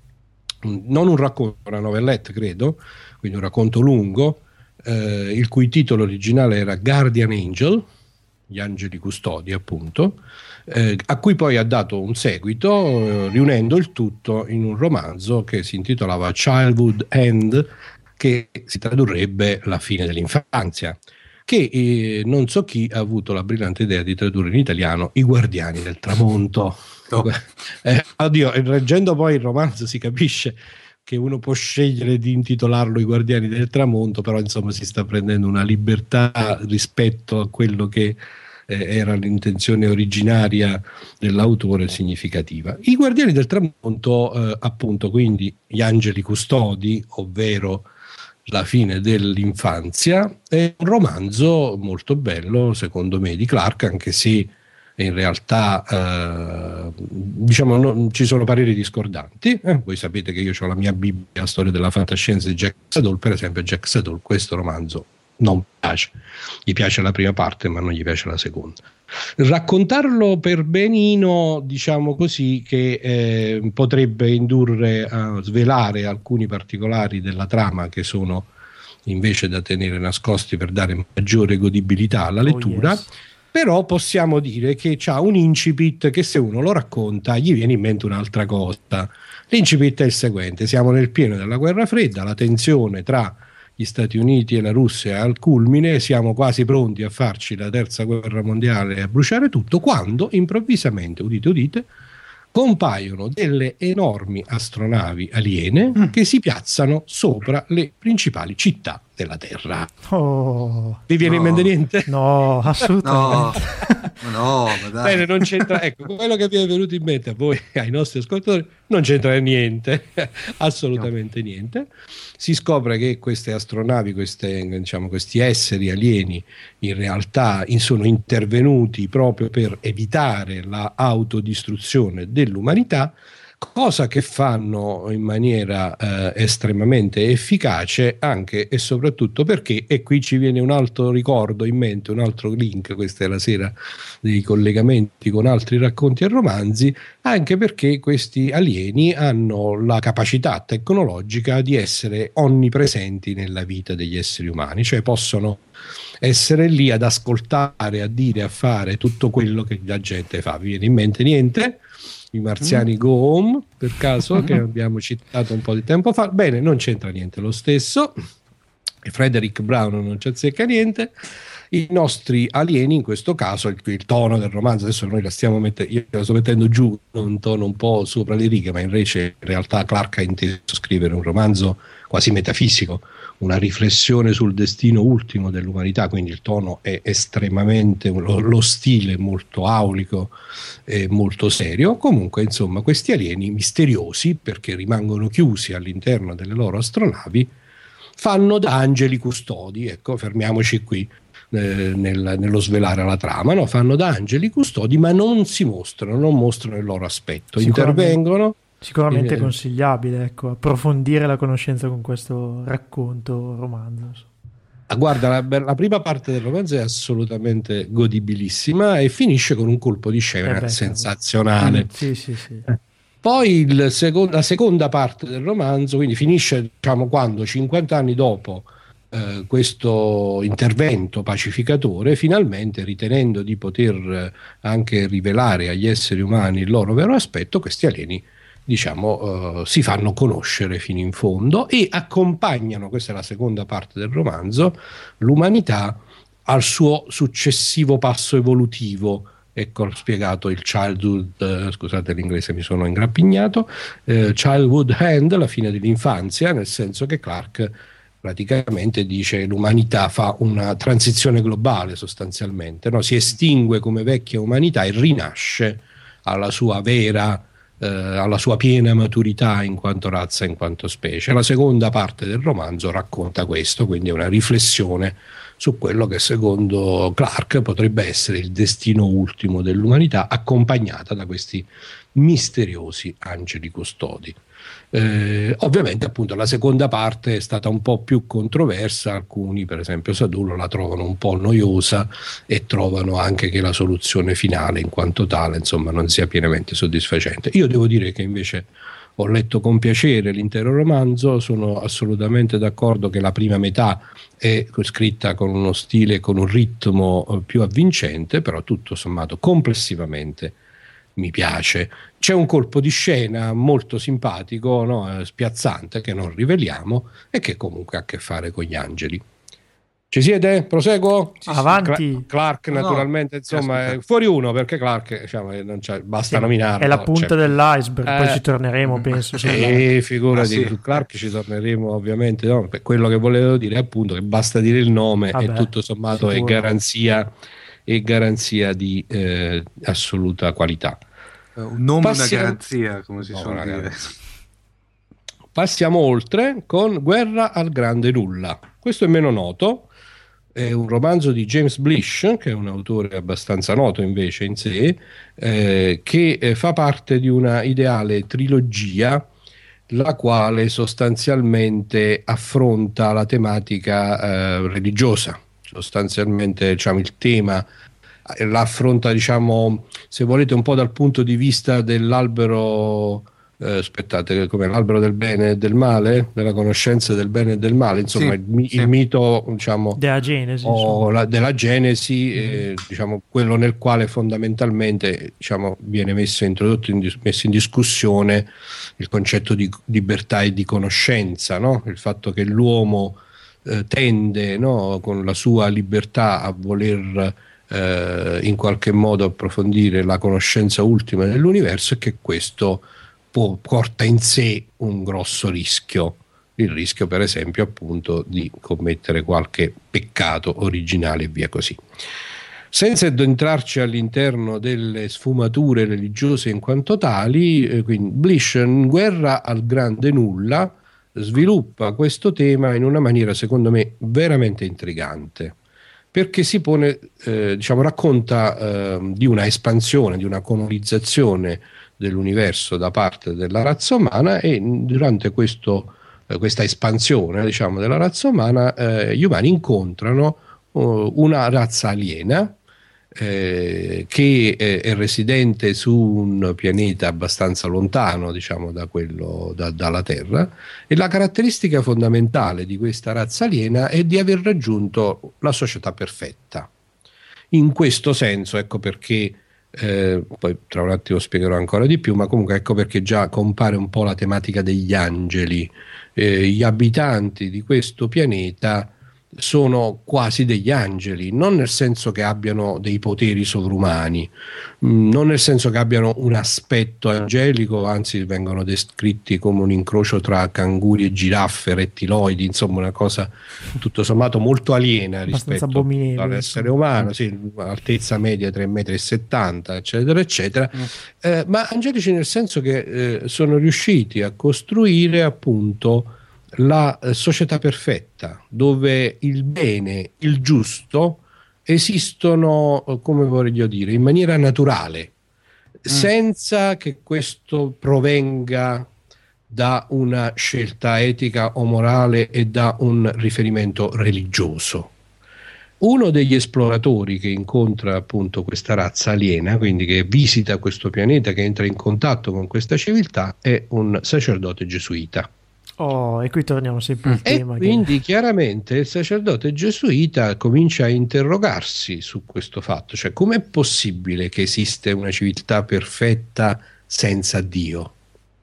non un racconto, una novelletta credo, quindi un racconto lungo, eh, il cui titolo originale era Guardian Angel, gli angeli custodi appunto, eh, a cui poi ha dato un seguito, eh, riunendo il tutto in un romanzo che si intitolava Childhood End, che si tradurrebbe La fine dell'infanzia, che eh, non so chi ha avuto la brillante idea di tradurre in italiano I guardiani del tramonto. No. Eh, oddio, leggendo poi il romanzo si capisce che uno può scegliere di intitolarlo I guardiani del tramonto, però insomma si sta prendendo una libertà rispetto a quello che eh, era l'intenzione originaria dell'autore significativa. I guardiani del tramonto, eh, appunto, quindi gli angeli custodi, ovvero La fine dell'infanzia, è un romanzo molto bello secondo me di Clarke, anche se in realtà eh, diciamo non, ci sono pareri discordanti. Eh, voi sapete che io ho la mia Bibbia, la storia della fantascienza di Jack Sadoul. Per esempio Jack Sadoul questo romanzo non piace, gli piace la prima parte ma non gli piace la seconda. Raccontarlo per benino, diciamo così, che eh, potrebbe indurre a svelare alcuni particolari della trama che sono invece da tenere nascosti per dare maggiore godibilità alla lettura. Oh, yes. Però possiamo dire che c'ha un incipit che, se uno lo racconta, gli viene in mente un'altra cosa. L'incipit è il seguente: siamo nel pieno della guerra fredda, la tensione tra gli Stati Uniti e la Russia è al culmine, siamo quasi pronti a farci la terza guerra mondiale e a bruciare tutto, quando improvvisamente, udite udite, compaiono delle enormi astronavi aliene mm. che si piazzano sopra le principali città della Terra. Oh, vi viene no. in mente niente? No, assolutamente. No, no, ma dai. Bene, non c'entra. Ecco, quello che vi è venuto in mente a voi, ai nostri ascoltatori, non c'entra niente, assolutamente no. niente. Si scopre che queste astronavi, queste, diciamo, questi esseri alieni, in realtà sono intervenuti proprio per evitare la autodistruzione dell'umanità, cosa che fanno in maniera eh, estremamente efficace, anche e soprattutto perché, e qui ci viene un altro ricordo in mente, un altro link, questa è la sera dei collegamenti con altri racconti e romanzi, anche perché questi alieni hanno la capacità tecnologica di essere onnipresenti nella vita degli esseri umani, cioè possono essere lì ad ascoltare, a dire, a fare tutto quello che la gente fa. Vi viene in mente niente? I marziani mm. Go Home, per caso, che abbiamo citato un po' di tempo fa. Bene, non c'entra niente lo stesso, e Frederick Brown non ci azzecca niente. I nostri alieni, in questo caso, il, il tono del romanzo, adesso noi la stiamo mettendo, io la sto mettendo giù, un tono un po' sopra le righe, ma invece in realtà Clarke ha inteso scrivere un romanzo quasi metafisico, una riflessione sul destino ultimo dell'umanità, quindi il tono è estremamente, lo, lo stile molto aulico e molto serio. Comunque, insomma, questi alieni misteriosi, perché rimangono chiusi all'interno delle loro astronavi, fanno da angeli custodi. Ecco, fermiamoci qui eh, nel, nello svelare la trama, no? Fanno da angeli custodi, ma non si mostrano, non mostrano il loro aspetto, intervengono Sicuramente Eh, consigliabile, ecco, approfondire la conoscenza con questo racconto, romanzo. Ah, guarda, la, la prima parte del romanzo è assolutamente godibilissima e finisce con un colpo di Eh scena beh, sensazionale. Mm, sì, sì, sì. Poi il seco- la seconda parte del romanzo, quindi finisce, diciamo, quando cinquanta anni dopo eh, questo intervento pacificatore, finalmente ritenendo di poter eh, anche rivelare agli esseri umani il loro vero aspetto, questi alieni, diciamo, eh, si fanno conoscere fino in fondo e accompagnano, questa è la seconda parte del romanzo, l'umanità al suo successivo passo evolutivo. Ecco, ho spiegato il childhood, eh, scusate l'inglese mi sono ingrappignato, eh, childhood end, la fine dell'infanzia, nel senso che Clark praticamente dice l'umanità fa una transizione globale sostanzialmente, no? Si estingue come vecchia umanità e rinasce alla sua vera, eh, alla sua piena maturità in quanto razza, in quanto specie. La seconda parte del romanzo racconta questo, quindi è una riflessione su quello che secondo Clark potrebbe essere il destino ultimo dell'umanità, accompagnata da questi misteriosi angeli custodi. Eh, ovviamente appunto la seconda parte è stata un po' più controversa, alcuni per esempio Sadullo la trovano un po' noiosa e trovano anche che la soluzione finale in quanto tale insomma non sia pienamente soddisfacente. Io devo dire che invece ho letto con piacere l'intero romanzo, sono assolutamente d'accordo che la prima metà è scritta con uno stile, con un ritmo più avvincente, però tutto sommato complessivamente mi piace. C'è un colpo di scena molto simpatico, no? Spiazzante, che non riveliamo e che comunque ha a che fare con gli angeli. Ci siete? Proseguo? Sì, avanti. Cla- Clark no, naturalmente, insomma, è fuori uno perché Clark, diciamo, non c'è, basta sì, nominarlo. è la punta cioè, dell'iceberg, eh, poi ci torneremo, penso. E figurati, ah, sì. su Clark ci torneremo ovviamente. No? Per quello che volevo dire è appunto che basta dire il nome Vabbè, e tutto sommato sicuro. è garanzia, è garanzia di eh, assoluta qualità. Un nome, Passiamo... una garanzia, come si No, suol dire. Passiamo oltre con Guerra al Grande Nulla. Questo è meno noto, è un romanzo di James Blish, che è un autore abbastanza noto invece in sé, eh, che eh, fa parte di una ideale trilogia, la quale sostanzialmente affronta la tematica eh, religiosa. Sostanzialmente, diciamo, il tema eh, la affronta, diciamo, se volete, un po' dal punto di vista dell'albero. Eh, aspettate, come l'albero del bene e del male, della conoscenza del bene e del male, insomma, Sì, il, mi- sì. il mito, diciamo, Della Genesi, o insomma. la- della Genesi, eh, diciamo, quello nel quale fondamentalmente, diciamo, viene messo, introdotto in, dis- messo in discussione il concetto di libertà e di conoscenza, no? Il fatto che l'uomo eh, tende, no, con la sua libertà a voler eh, in qualche modo approfondire la conoscenza ultima dell'universo e che questo può, porta in sé un grosso rischio, il rischio per esempio appunto di commettere qualche peccato originale e via così. Senza addentrarci all'interno delle sfumature religiose in quanto tali, eh, quindi Blish in Guerra al Grande Nulla sviluppa questo tema in una maniera secondo me veramente intrigante, perché si pone, eh, diciamo, racconta eh, di una espansione, di una colonizzazione dell'universo da parte della razza umana e durante questo, eh, questa espansione, diciamo, della razza umana eh, gli umani incontrano uh, una razza aliena eh, che è, è residente su un pianeta abbastanza lontano, diciamo, da quello, da, dalla Terra, e la caratteristica fondamentale di questa razza aliena è di aver raggiunto la società perfetta. In questo senso, ecco perché Eh, poi tra un attimo spiegherò ancora di più, ma comunque ecco perché già compare un po' la tematica degli angeli. Eh, gli abitanti di questo pianeta sono quasi degli angeli, non nel senso che abbiano dei poteri sovrumani, mh, non nel senso che abbiano un aspetto angelico, anzi vengono descritti come un incrocio tra canguri e giraffe, rettiloidi, insomma una cosa tutto sommato molto aliena rispetto all'essere umano, sì, altezza media tre virgola settanta metri, eccetera eccetera, mm. eh, ma angelici nel senso che eh, sono riusciti a costruire appunto la eh, società perfetta, dove il bene, il giusto esistono, come voglio dire, in maniera naturale. senza che questo provenga da una scelta etica o morale e da un riferimento religioso. Uno degli esploratori che incontra appunto questa razza aliena, quindi che visita questo pianeta, che entra in contatto con questa civiltà, è un sacerdote gesuita. Oh, e qui torniamo sempre al E tema. quindi che... chiaramente il sacerdote gesuita comincia a interrogarsi su questo fatto, cioè com'è possibile che esiste una civiltà perfetta senza Dio?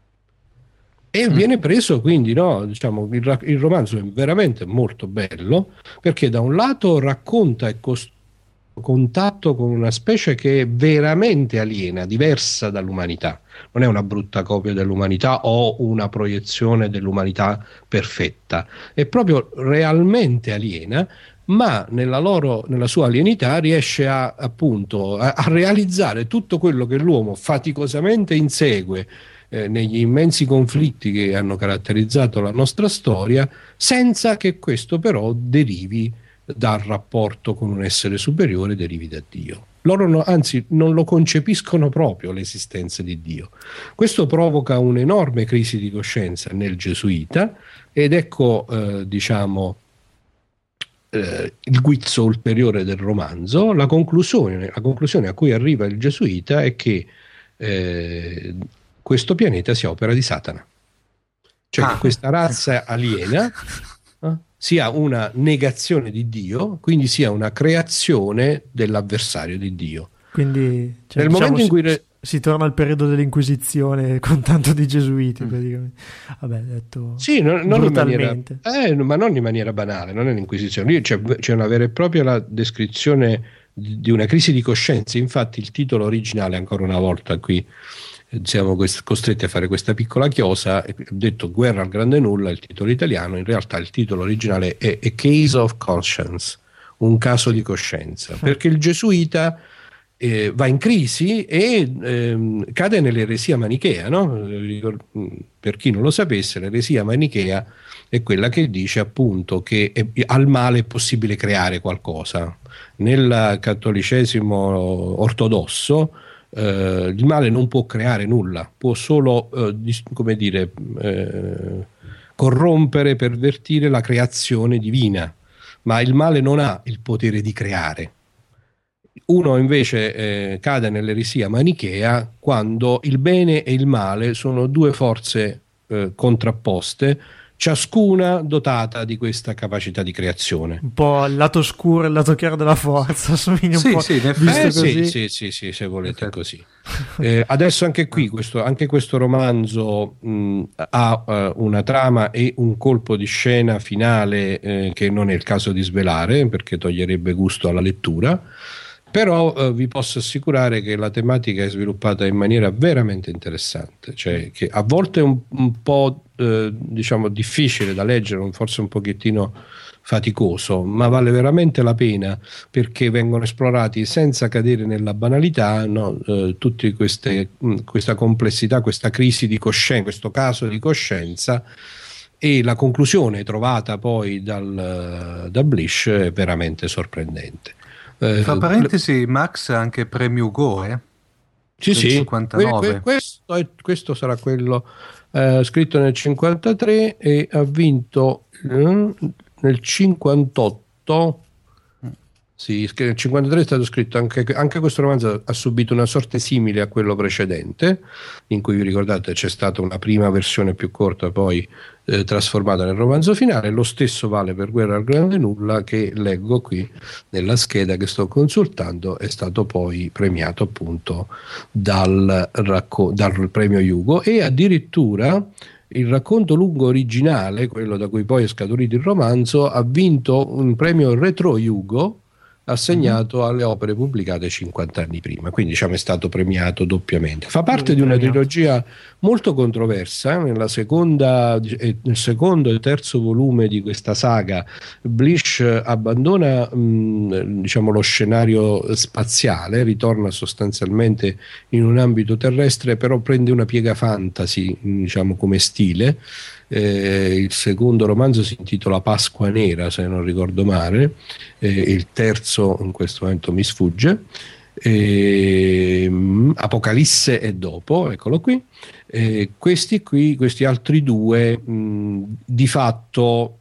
E viene preso quindi, no, diciamo, il, ra- il romanzo è veramente molto bello perché da un lato racconta e cost- contatto con una specie che è veramente aliena, diversa dall'umanità, non è una brutta copia dell'umanità o una proiezione dell'umanità perfetta, è proprio realmente aliena, ma nella, loro, nella sua alienità riesce a, appunto a, a realizzare tutto quello che l'uomo faticosamente insegue Eh, negli immensi conflitti che hanno caratterizzato la nostra storia, senza che questo però derivi dal rapporto con un essere superiore, derivi da Dio. Loro no, anzi non lo concepiscono proprio l'esistenza di Dio. Questo provoca un'enorme crisi di coscienza nel gesuita ed ecco eh, diciamo eh, il guizzo ulteriore del romanzo. La conclusione, la conclusione a cui arriva il gesuita è che eh, questo pianeta sia opera di Satana, cioè Ah. che questa razza aliena eh, sia una negazione di Dio, quindi sia una creazione dell'avversario di Dio. Quindi cioè, Nel diciamo, momento in si, cui re- si torna al periodo dell'Inquisizione con tanto di gesuiti, praticamente. Vabbè, detto sì, non, non in maniera, brutalmente. eh, ma non in maniera banale, non è l'Inquisizione. Lì c'è, c'è una vera e propria la descrizione di, di una crisi di coscienza. Infatti il titolo originale, ancora una volta qui siamo costretti a fare questa piccola chiosa, ho detto Guerra al grande nulla, il titolo italiano, in realtà il titolo originale è A Case of Conscience, un caso di coscienza, perché il gesuita eh, va in crisi e ehm, cade nell'eresia manichea, no? Per chi non lo sapesse, l'eresia manichea è quella che dice appunto che è, al male è possibile creare qualcosa. Nel cattolicesimo ortodosso Uh, il male non può creare nulla, può solo uh, dis- come dire uh, corrompere, pervertire la creazione divina, ma il male non ha il potere di creare. Uno invece eh, cade nell'eresia manichea quando il bene e il male sono due forze eh, contrapposte, ciascuna dotata di questa capacità di creazione. Un po' il lato scuro e il lato chiaro della forza, assomiglia un Sì, po', sì, in effetti. visto Eh, così. sì, sì, sì, sì, se volete così. Eh, adesso anche qui, questo, anche questo romanzo mh, ha uh, una trama e un colpo di scena finale eh, che non è il caso di svelare perché toglierebbe gusto alla lettura, però uh, vi posso assicurare che la tematica è sviluppata in maniera veramente interessante, cioè che a volte è un, un po' eh, diciamo difficile da leggere, forse un pochettino faticoso, ma vale veramente la pena perché vengono esplorati senza cadere nella banalità, no? eh, tutte queste mh, questa complessità, questa crisi di coscienza, questo caso di coscienza, e la conclusione trovata poi dal, da Blish è veramente sorprendente. Eh, Fra parentesi, Max ha anche premio Hugo, eh? Sì, sì, cinquantanove. que- que- questo, è, questo sarà quello eh, scritto nel cinquantatré e ha vinto eh, nel cinquantotto. Sì, nel cinquantatré è stato scritto anche, anche questo romanzo ha subito una sorte simile a quello precedente, in cui vi ricordate c'è stata una prima versione più corta poi eh, trasformata nel romanzo finale. Lo stesso vale per Guerra al grande nulla, che leggo qui nella scheda che sto consultando, è stato poi premiato appunto dal, racco- dal premio Hugo, e addirittura il racconto lungo originale, quello da cui poi è scaturito il romanzo, ha vinto un premio Retro Hugo assegnato alle opere pubblicate cinquanta anni prima, quindi diciamo è stato premiato doppiamente. Fa parte di una trilogia molto controversa. Nella seconda, nel secondo e terzo volume di questa saga Blish abbandona mh, diciamo lo scenario spaziale, ritorna sostanzialmente in un ambito terrestre, però prende una piega fantasy, diciamo, come stile. Eh, il secondo romanzo si intitola Pasqua Nera, se non ricordo male, eh, il terzo in questo momento mi sfugge. eh, Apocalisse e dopo, eccolo qui. Eh, questi qui, questi altri due, mh, di fatto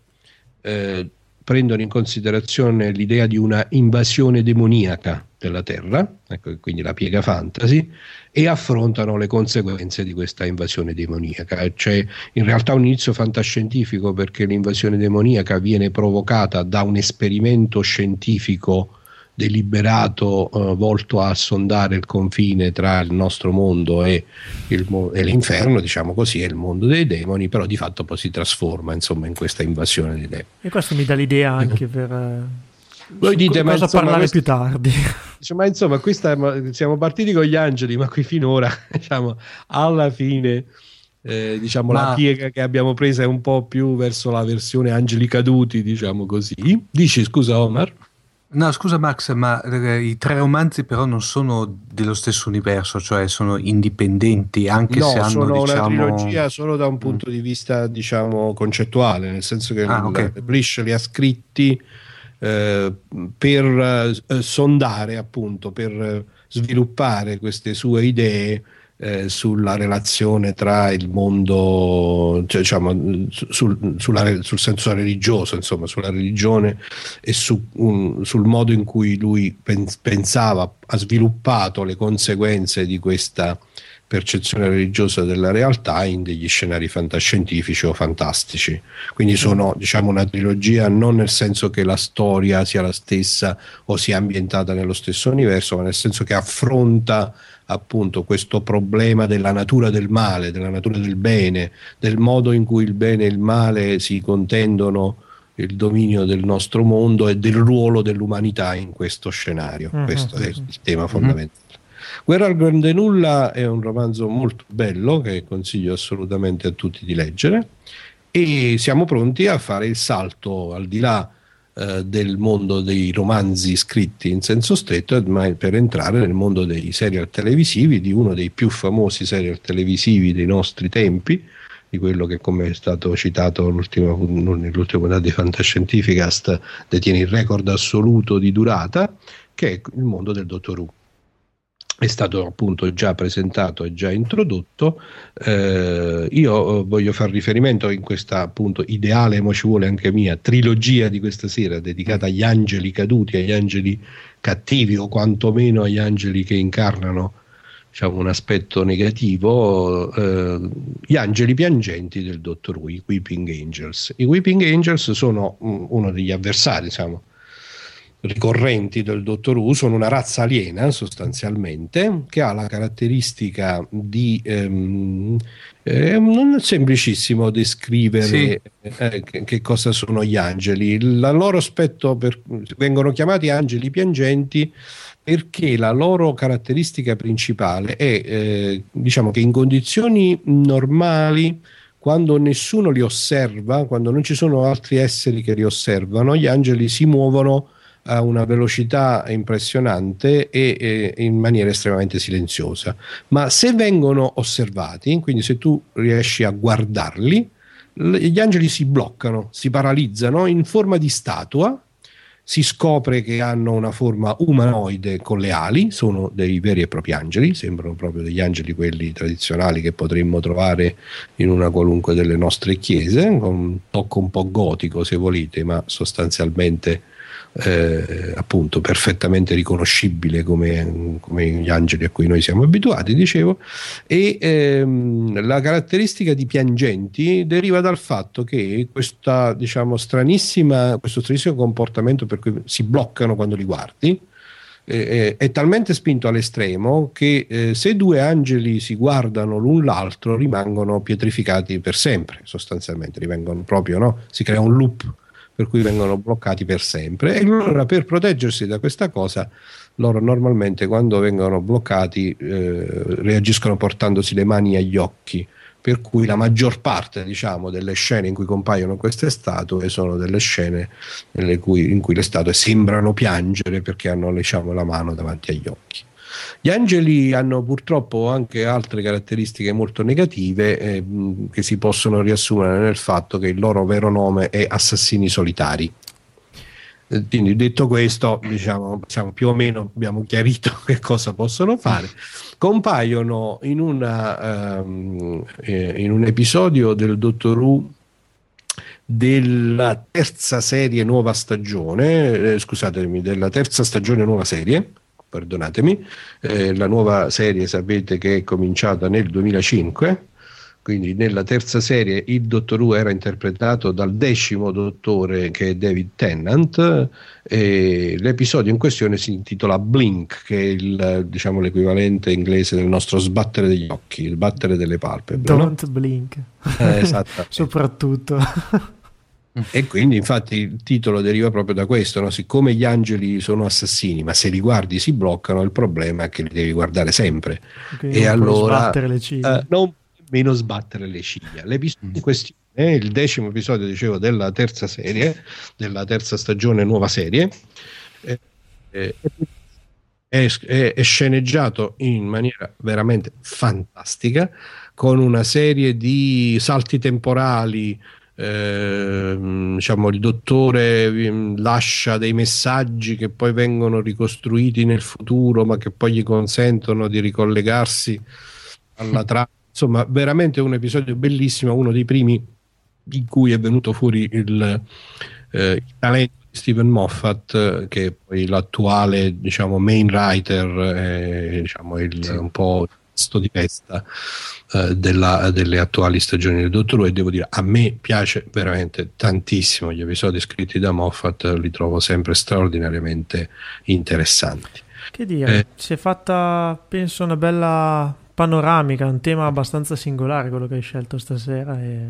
eh, prendono in considerazione l'idea di una invasione demoniaca della Terra, ecco, quindi la piega fantasy, e affrontano le conseguenze di questa invasione demoniaca. C'è in realtà un inizio fantascientifico, perché l'invasione demoniaca viene provocata da un esperimento scientifico deliberato eh, volto a sondare il confine tra il nostro mondo e, il mo- e l'inferno, diciamo così, e il mondo dei demoni, però di fatto poi si trasforma, insomma, in questa invasione di demoni. E questo mi dà l'idea anche per eh, voi dite, ma cosa insomma, parlare questo, più tardi. Dice, ma insomma, questa, siamo partiti con gli angeli, ma qui finora, diciamo, alla fine, eh, diciamo, ma... la piega che abbiamo presa è un po' più verso la versione angeli caduti, diciamo così. Dici, scusa Omar? No, scusa Max, ma eh, i tre romanzi però non sono dello stesso universo, cioè sono indipendenti, anche no, se hanno, sono diciamo... una trilogia solo da un punto mm. di vista, diciamo, concettuale, nel senso che ah, okay. Blish li ha scritti eh, per eh, sondare, appunto, per sviluppare queste sue idee Eh, sulla relazione tra il mondo, cioè, diciamo, sul, sulla, sul senso religioso, insomma, sulla religione e su, un, sul modo in cui lui pens- pensava, ha sviluppato le conseguenze di questa percezione religiosa della realtà in degli scenari fantascientifici o fantastici. Quindi sono, diciamo, una trilogia non nel senso che la storia sia la stessa o sia ambientata nello stesso universo, ma nel senso che affronta appunto questo problema della natura del male, della natura del bene, del modo in cui il bene e il male si contendono il dominio del nostro mondo e del ruolo dell'umanità in questo scenario. Mm-hmm. Questo è il tema fondamentale. Mm-hmm. Guerra al Grande Nulla è un romanzo molto bello che consiglio assolutamente a tutti di leggere, e siamo pronti a fare il salto al di là del mondo dei romanzi scritti in senso stretto, ma per entrare nel mondo dei serial televisivi, di uno dei più famosi serial televisivi dei nostri tempi, di quello che, come è stato citato nell'ultima puntata di Fantascientificast, detiene il record assoluto di durata, che è il mondo del Dottor Who. È stato appunto già presentato e già introdotto. Eh, io voglio far riferimento in questa appunto ideale, mo ci vuole anche mia, trilogia di questa sera dedicata agli angeli caduti, agli angeli cattivi, o quantomeno agli angeli che incarnano, diciamo, un aspetto negativo, eh, gli angeli piangenti del Dottor Who, i Weeping Angels. I Weeping Angels sono um, uno degli avversari, diciamo, ricorrenti del Dottor Who. Sono una razza aliena sostanzialmente, che ha la caratteristica di ehm, eh, non è semplicissimo descrivere sì. eh, che, che cosa sono gli angeli. Il loro aspetto, per, vengono chiamati angeli piangenti perché la loro caratteristica principale è eh, diciamo che in condizioni normali, quando nessuno li osserva, quando non ci sono altri esseri che li osservano, gli angeli si muovono a una velocità impressionante e, e in maniera estremamente silenziosa. Ma se vengono osservati, quindi se tu riesci a guardarli, gli angeli si bloccano, si paralizzano in forma di statua. Si scopre che hanno una forma umanoide con le ali, sono dei veri e propri angeli, sembrano proprio degli angeli quelli tradizionali che potremmo trovare in una qualunque delle nostre chiese, con un tocco un po' gotico se volete, ma sostanzialmente Eh, appunto perfettamente riconoscibile come, come gli angeli a cui noi siamo abituati, dicevo. E ehm, la caratteristica di piangenti deriva dal fatto che questa, diciamo, stranissima questo stranissimo comportamento per cui si bloccano quando li guardi eh, è talmente spinto all'estremo che eh, se due angeli si guardano l'un l'altro rimangono pietrificati per sempre, sostanzialmente rimangono proprio, no? Si crea un loop per cui vengono bloccati per sempre. E allora, per proteggersi da questa cosa, loro normalmente quando vengono bloccati eh, reagiscono portandosi le mani agli occhi, per cui la maggior parte, diciamo, delle scene in cui compaiono queste statue sono delle scene nelle cui, in cui le statue sembrano piangere perché hanno, diciamo, la mano davanti agli occhi. Gli angeli hanno purtroppo anche altre caratteristiche molto negative eh, che si possono riassumere nel fatto che il loro vero nome è assassini solitari. Quindi detto questo, diciamo, diciamo più o meno abbiamo chiarito che cosa possono fare. Compaiono in, una, um, eh, in un episodio del Doctor Who della terza serie nuova stagione, eh, scusatemi, della terza stagione nuova serie, perdonatemi, eh, la nuova serie sapete che è cominciata nel duemilacinque, quindi nella terza serie il Dottor Who era interpretato dal decimo dottore, che è David Tennant, e l'episodio in questione si intitola Blink, che è il, diciamo, l'equivalente inglese del nostro sbattere degli occhi, il battere delle palpebre. Don't no? blink. Eh, esatto. Soprattutto. E quindi infatti il titolo deriva proprio da questo, no? Siccome gli angeli sono assassini, ma se li guardi si bloccano, il problema è che li devi guardare sempre. Quindi e non puoi allora sbattere le ciglia. Uh, non meno sbattere le ciglia. L'episodio in questione è il decimo episodio, dicevo, della terza serie, della terza stagione nuova serie. Eh, eh, è, è, è sceneggiato in maniera veramente fantastica, con una serie di salti temporali. Eh, diciamo, il dottore lascia dei messaggi che poi vengono ricostruiti nel futuro, ma che poi gli consentono di ricollegarsi alla trama. Insomma, veramente un episodio bellissimo, uno dei primi in cui è venuto fuori il, eh, il talento di Stephen Moffat, che è poi l'attuale, diciamo, main writer, eh, diciamo il, sì. un po' sto di testa eh, della, delle attuali stagioni del Dottor Who, e devo dire, a me piace veramente tantissimo gli episodi scritti da Moffat, li trovo sempre straordinariamente interessanti. Che dire, eh, si è fatta, penso, una bella panoramica, un tema abbastanza singolare quello che hai scelto stasera. E...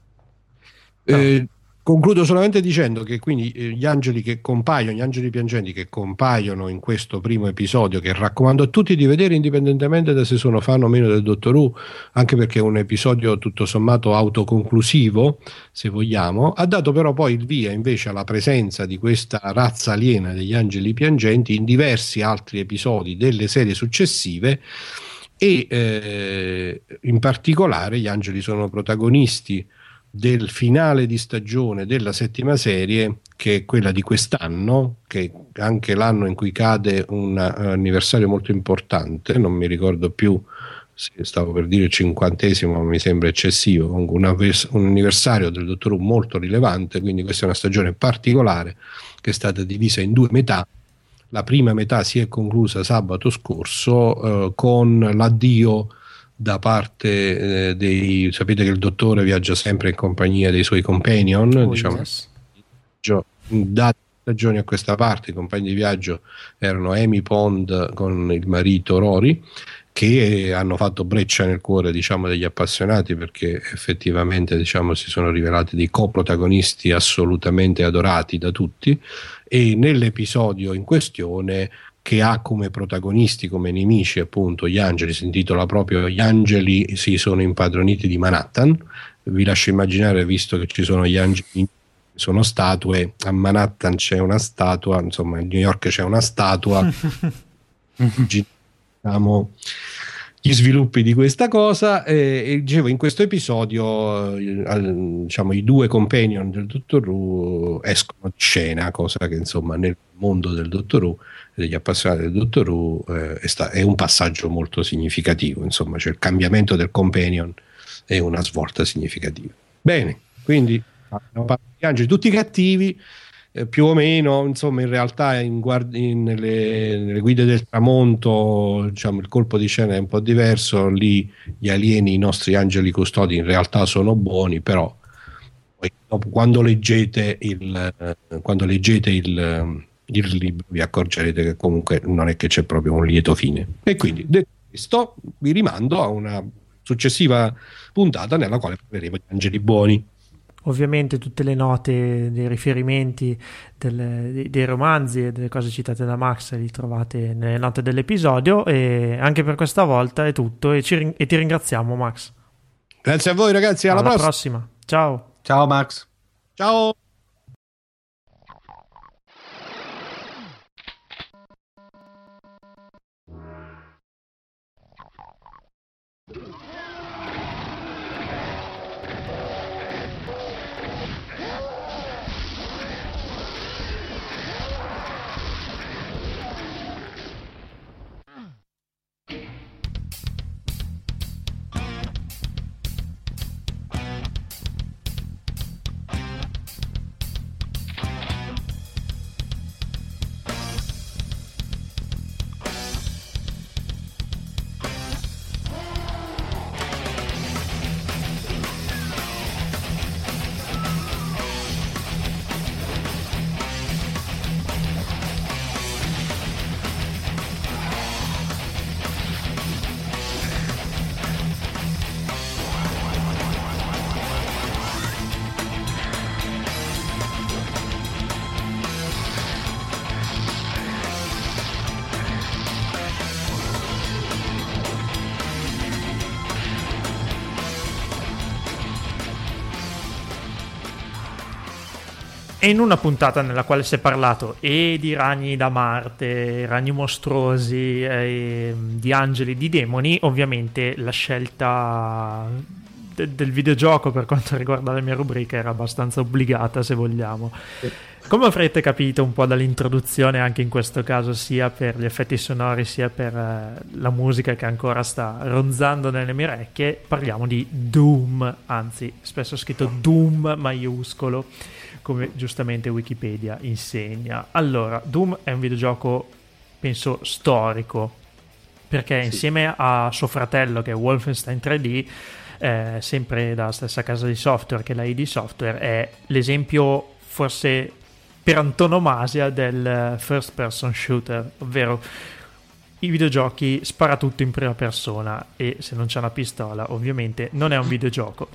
No. Eh, concludo solamente dicendo che quindi eh, gli angeli che compaiono, gli angeli piangenti che compaiono in questo primo episodio, che raccomando a tutti di vedere indipendentemente da se sono fan o meno del Dottor Who, anche perché è un episodio tutto sommato autoconclusivo, se vogliamo, ha dato però poi il via invece alla presenza di questa razza aliena degli angeli piangenti in diversi altri episodi delle serie successive. E eh, in particolare gli angeli sono protagonisti del finale di stagione della settima serie, che è quella di quest'anno, che è anche l'anno in cui cade un anniversario molto importante, non mi ricordo più se stavo per dire il cinquantesimo, ma mi sembra eccessivo, comunque un, avvers- un anniversario del Dottor Who molto rilevante, quindi questa è una stagione particolare che è stata divisa in due metà. La prima metà si è conclusa sabato scorso eh, con l'addio da parte eh, dei, sapete che il dottore viaggia sempre in compagnia dei suoi companion, oh, diciamo, yes. Da stagioni a questa parte i compagni di viaggio erano Amy Pond con il marito Rory, che hanno fatto breccia nel cuore, diciamo, degli appassionati, perché effettivamente, diciamo, si sono rivelati dei coprotagonisti assolutamente adorati da tutti. E nell'episodio in questione, che ha come protagonisti, come nemici appunto gli angeli, si intitola proprio Gli angeli si sono impadroniti di Manhattan. Vi lascio immaginare, visto che ci sono gli angeli, sono statue, a Manhattan c'è una statua, insomma a New York c'è una statua. Diciamo gli sviluppi di questa cosa, eh, e dicevo, in questo episodio eh, diciamo i due companion del Dottor Who escono di scena, cosa che insomma nel mondo del Dottor Who, degli appassionati del Dottor Who, eh, è, sta- è un passaggio molto significativo, insomma, cioè il cambiamento del companion è una svolta significativa. Bene, quindi gli angeli tutti cattivi, eh, più o meno, insomma, in realtà in guard- in, nelle, nelle guide del tramonto, diciamo, il colpo di scena è un po' diverso. Lì gli alieni, i nostri angeli custodi, in realtà sono buoni, però poi dopo, quando leggete il eh, quando leggete il, il libro vi accorgerete che comunque non è che c'è proprio un lieto fine. E quindi detto questo, vi rimando a una successiva puntata nella quale parleremo di angeli buoni. Ovviamente tutte le note dei riferimenti delle, dei, dei romanzi e delle cose citate da Max li trovate nelle note dell'episodio, e anche per questa volta è tutto, e, ci, e ti ringraziamo, Max. Grazie a voi ragazzi, alla, alla prossima. prossima. Ciao. Ciao Max. Ciao. E in una puntata nella quale si è parlato e di ragni da Marte, ragni mostruosi, e di angeli, di demoni, ovviamente la scelta de- del videogioco per quanto riguarda la mia rubrica era abbastanza obbligata, se vogliamo. Come avrete capito un po' dall'introduzione, anche in questo caso, sia per gli effetti sonori sia per eh, la musica che ancora sta ronzando nelle mie orecchie, parliamo di Doom, anzi spesso scritto Doom maiuscolo, come giustamente Wikipedia insegna. Allora, Doom è un videogioco, penso, storico, perché sì, insieme a suo fratello, che è Wolfenstein tre D, eh, sempre dalla stessa casa di software che è la I D Software, è l'esempio forse per antonomasia del first person shooter, ovvero i videogiochi spara tutto in prima persona, e se non c'è una pistola ovviamente non è un videogioco.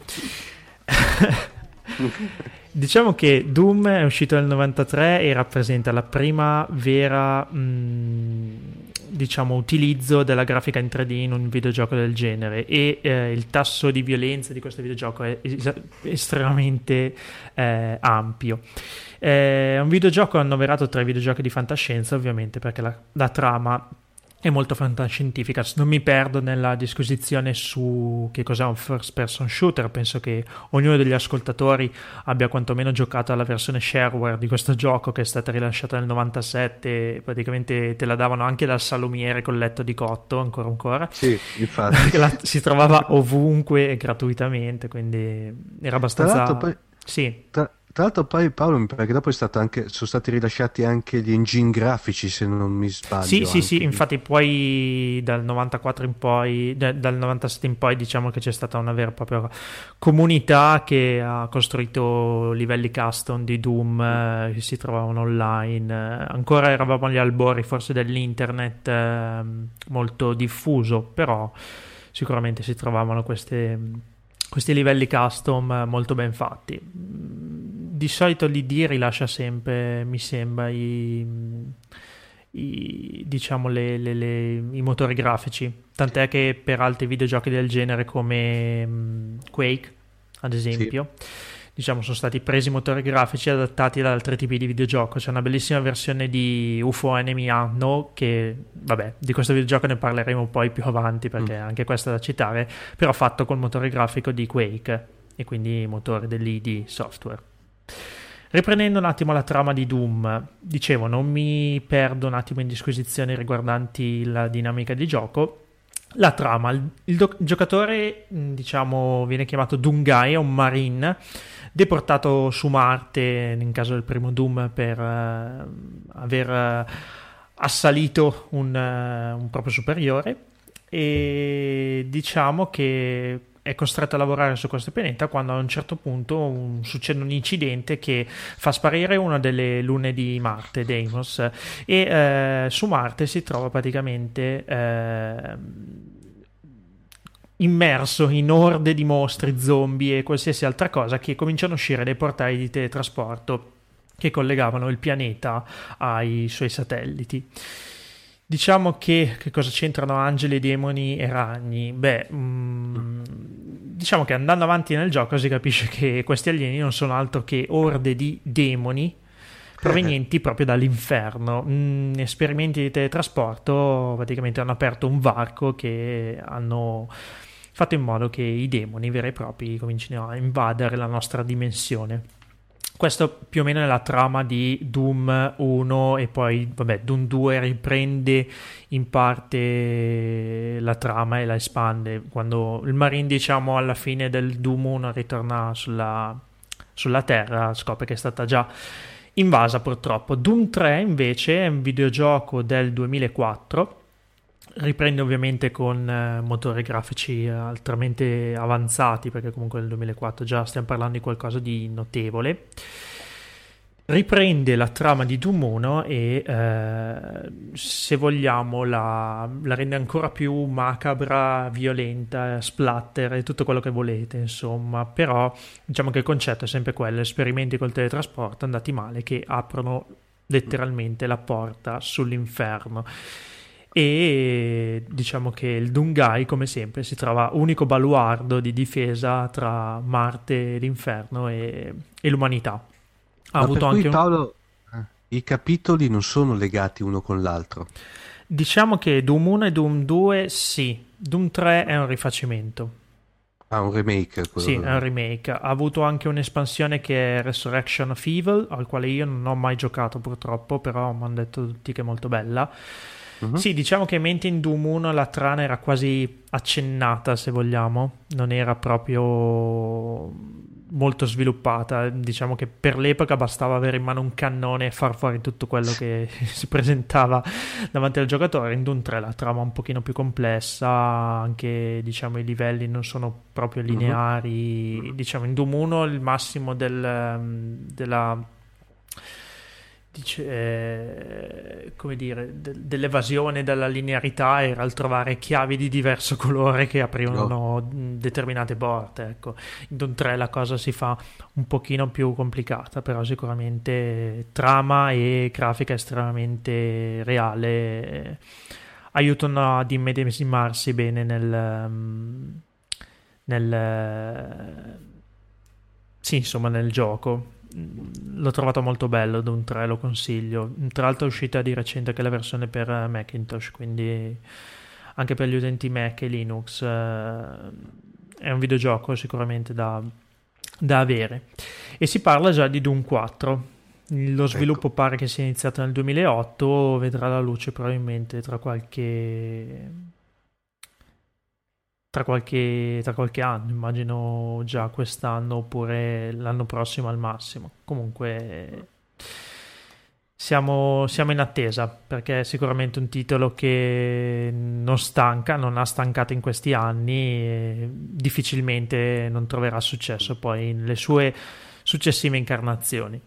Diciamo che Doom è uscito nel novantatré e rappresenta la prima vera mh, diciamo utilizzo della grafica in tre D in un videogioco del genere, e eh, il tasso di violenza di questo videogioco è es- estremamente eh, ampio. È un videogioco annoverato tra i videogiochi di fantascienza, ovviamente, perché la, la trama è molto fantascientifica. Non mi perdo nella disquisizione su che cos'è un first person shooter. Penso che ognuno degli ascoltatori abbia quantomeno giocato alla versione shareware di questo gioco, che è stata rilasciata nel novantasette. Praticamente te la davano anche dal salumiere col letto di cotto, ancora ancora. Sì, infatti. la, si trovava ovunque e gratuitamente, quindi era abbastanza... Tra l'altro poi... Sì. Tra... Tra l'altro poi Paolo mi pare che dopo è stato anche, sono stati rilasciati anche gli engine grafici, se non mi sbaglio. Sì, sì, anche. sì, infatti poi dal novantaquattro in poi, dal novantasette in poi, diciamo che c'è stata una vera e propria comunità che ha costruito livelli custom di Doom eh, che si trovavano online. Eh, ancora eravamo agli albori forse dell'internet eh, molto diffuso, però sicuramente si trovavano queste, questi livelli custom molto ben fatti. Di solito l'I D rilascia sempre, mi sembra, i, i diciamo le, le, le, i motori grafici, tant'è che per altri videogiochi del genere come um, Quake, ad esempio, sì, diciamo sono stati presi motori grafici adattati ad altri tipi di videogioco. C'è una bellissima versione di U F O Enemy Unknown, che vabbè, di questo videogioco ne parleremo poi più avanti, perché mm. anche questo è da citare, però fatto col motore grafico di Quake e quindi motore dell'I D Software. Riprendendo un attimo la trama di Doom, dicevo, non mi perdo un attimo in disquisizioni riguardanti la dinamica di gioco. La trama, il, il, do, il giocatore, diciamo, viene chiamato Doomguy, è un marine deportato su Marte in caso del primo Doom per uh, aver uh, assalito un, uh, un proprio superiore, e diciamo che è costretto a lavorare su questo pianeta quando a un certo punto un, succede un incidente che fa sparire una delle lune di Marte, Deimos, e eh, su Marte si trova praticamente eh, immerso in orde di mostri, zombie e qualsiasi altra cosa che cominciano a uscire dai portali di teletrasporto che collegavano il pianeta ai suoi satelliti. Diciamo che, che cosa c'entrano angeli, demoni e ragni? Beh, mh, diciamo che andando avanti nel gioco si capisce che questi alieni non sono altro che orde di demoni provenienti proprio dall'inferno. Mm, esperimenti di teletrasporto praticamente hanno aperto un varco che hanno fatto in modo che i demoni veri e propri comincino a invadere la nostra dimensione. Questo più o meno è la trama di Doom uno, e poi vabbè, Doom due riprende in parte la trama e la espande quando il Marine, diciamo, alla fine del Doom uno ritorna sulla, sulla Terra, scopre che è stata già invasa purtroppo. Doom tre invece è un videogioco del duemilaquattro, riprende ovviamente con eh, motori grafici altamente avanzati, perché comunque nel duemilaquattro già stiamo parlando di qualcosa di notevole. Riprende la trama di Doom uno e eh, se vogliamo la, la rende ancora più macabra, violenta, splatter e tutto quello che volete, insomma. Però diciamo che il concetto è sempre quello: esperimenti col teletrasporto andati male che aprono letteralmente la porta sull'inferno. E diciamo che il Doomguy, come sempre, si trova unico baluardo di difesa tra Marte, l'inferno e, e l'umanità. Ha Ma avuto per cui, anche un... Paolo, eh, i capitoli non sono legati uno con l'altro. Diciamo che Doom uno e Doom due sì, Doom tre è un rifacimento. Ah, un remake quello. Sì, è un remake. Ha avuto anche un'espansione che è Resurrection of Evil, al quale io non ho mai giocato purtroppo, però mi hanno detto tutti che è molto bella. Uh-huh. Sì, diciamo che mentre in Doom uno la trama era quasi accennata, se vogliamo, non era proprio molto sviluppata. Diciamo che per l'epoca bastava avere in mano un cannone e far fuori tutto quello che si presentava davanti al giocatore. In Doom tre la trama è un pochino più complessa, anche diciamo i livelli non sono proprio lineari. Uh-huh. Diciamo in Doom uno il massimo del, della dice, eh, come dire de- dell'evasione dalla linearità era il trovare chiavi di diverso colore che aprivano no. determinate porte. Ecco, in Doom tre la cosa si fa un pochino più complicata, però sicuramente trama e grafica estremamente reale eh, aiutano ad immedesimarsi bene nel um, nel sì insomma nel gioco. L'ho trovato molto bello, Doom tre lo consiglio. Tra l'altro è uscita di recente anche la versione per Macintosh, quindi anche per gli utenti Mac e Linux eh, è un videogioco sicuramente da, da avere. E si parla già di Doom quattro. Lo sviluppo ecco. Pare che sia iniziato nel duemilaotto, vedrà la luce probabilmente tra qualche Tra qualche, tra qualche anno, immagino già quest'anno oppure l'anno prossimo al massimo. Comunque siamo, siamo in attesa, perché è sicuramente un titolo che non stanca, non ha stancato in questi anni e difficilmente non troverà successo poi nelle sue successive incarnazioni.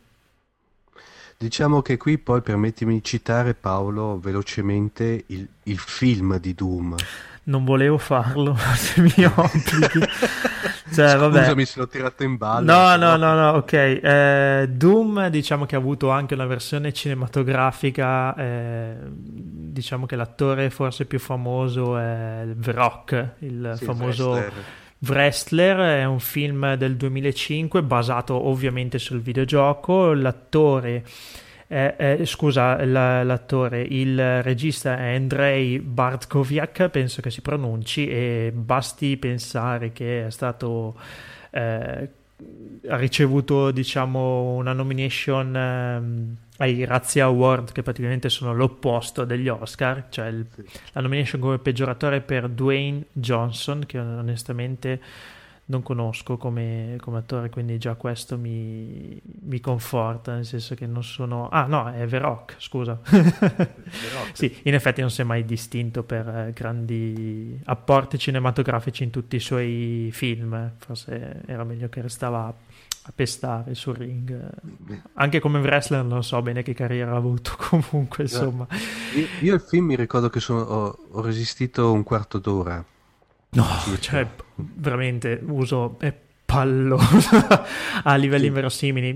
Diciamo che qui poi permettimi di citare, Paolo, velocemente il, il film di Doom. Non volevo farlo, se mi obblighi. Cioè, Scusami vabbè. se l'ho tirato in ballo. No, no, no, no, ok. Eh, Doom, diciamo che ha avuto anche una versione cinematografica. Eh, diciamo che l'attore forse più famoso è The Rock, il sì, famoso wrestler. Wrestler. È un film del duemilacinque basato ovviamente sul videogioco. L'attore... Eh, eh, scusa, la, l'attore, il regista è Andrei Bartkowiak, penso che si pronunci, e basti pensare che è stato eh, ha ricevuto diciamo una nomination eh, ai Razzie Award, che praticamente sono l'opposto degli Oscar, cioè il, la nomination come peggioratore per Dwayne Johnson, che onestamente non conosco come, come attore, quindi già questo mi, mi conforta, nel senso che non sono... Ah no, è The Rock, scusa. The Rock. Sì, in effetti non si è mai distinto per eh, grandi apporti cinematografici in tutti i suoi film, forse era meglio che restava a pestare sul ring. Anche come wrestler non so bene che carriera ha avuto, comunque insomma. Io, io il film mi ricordo che sono, ho, ho resistito un quarto d'ora. No, cioè veramente uso è palloso a livelli sì. inverosimili.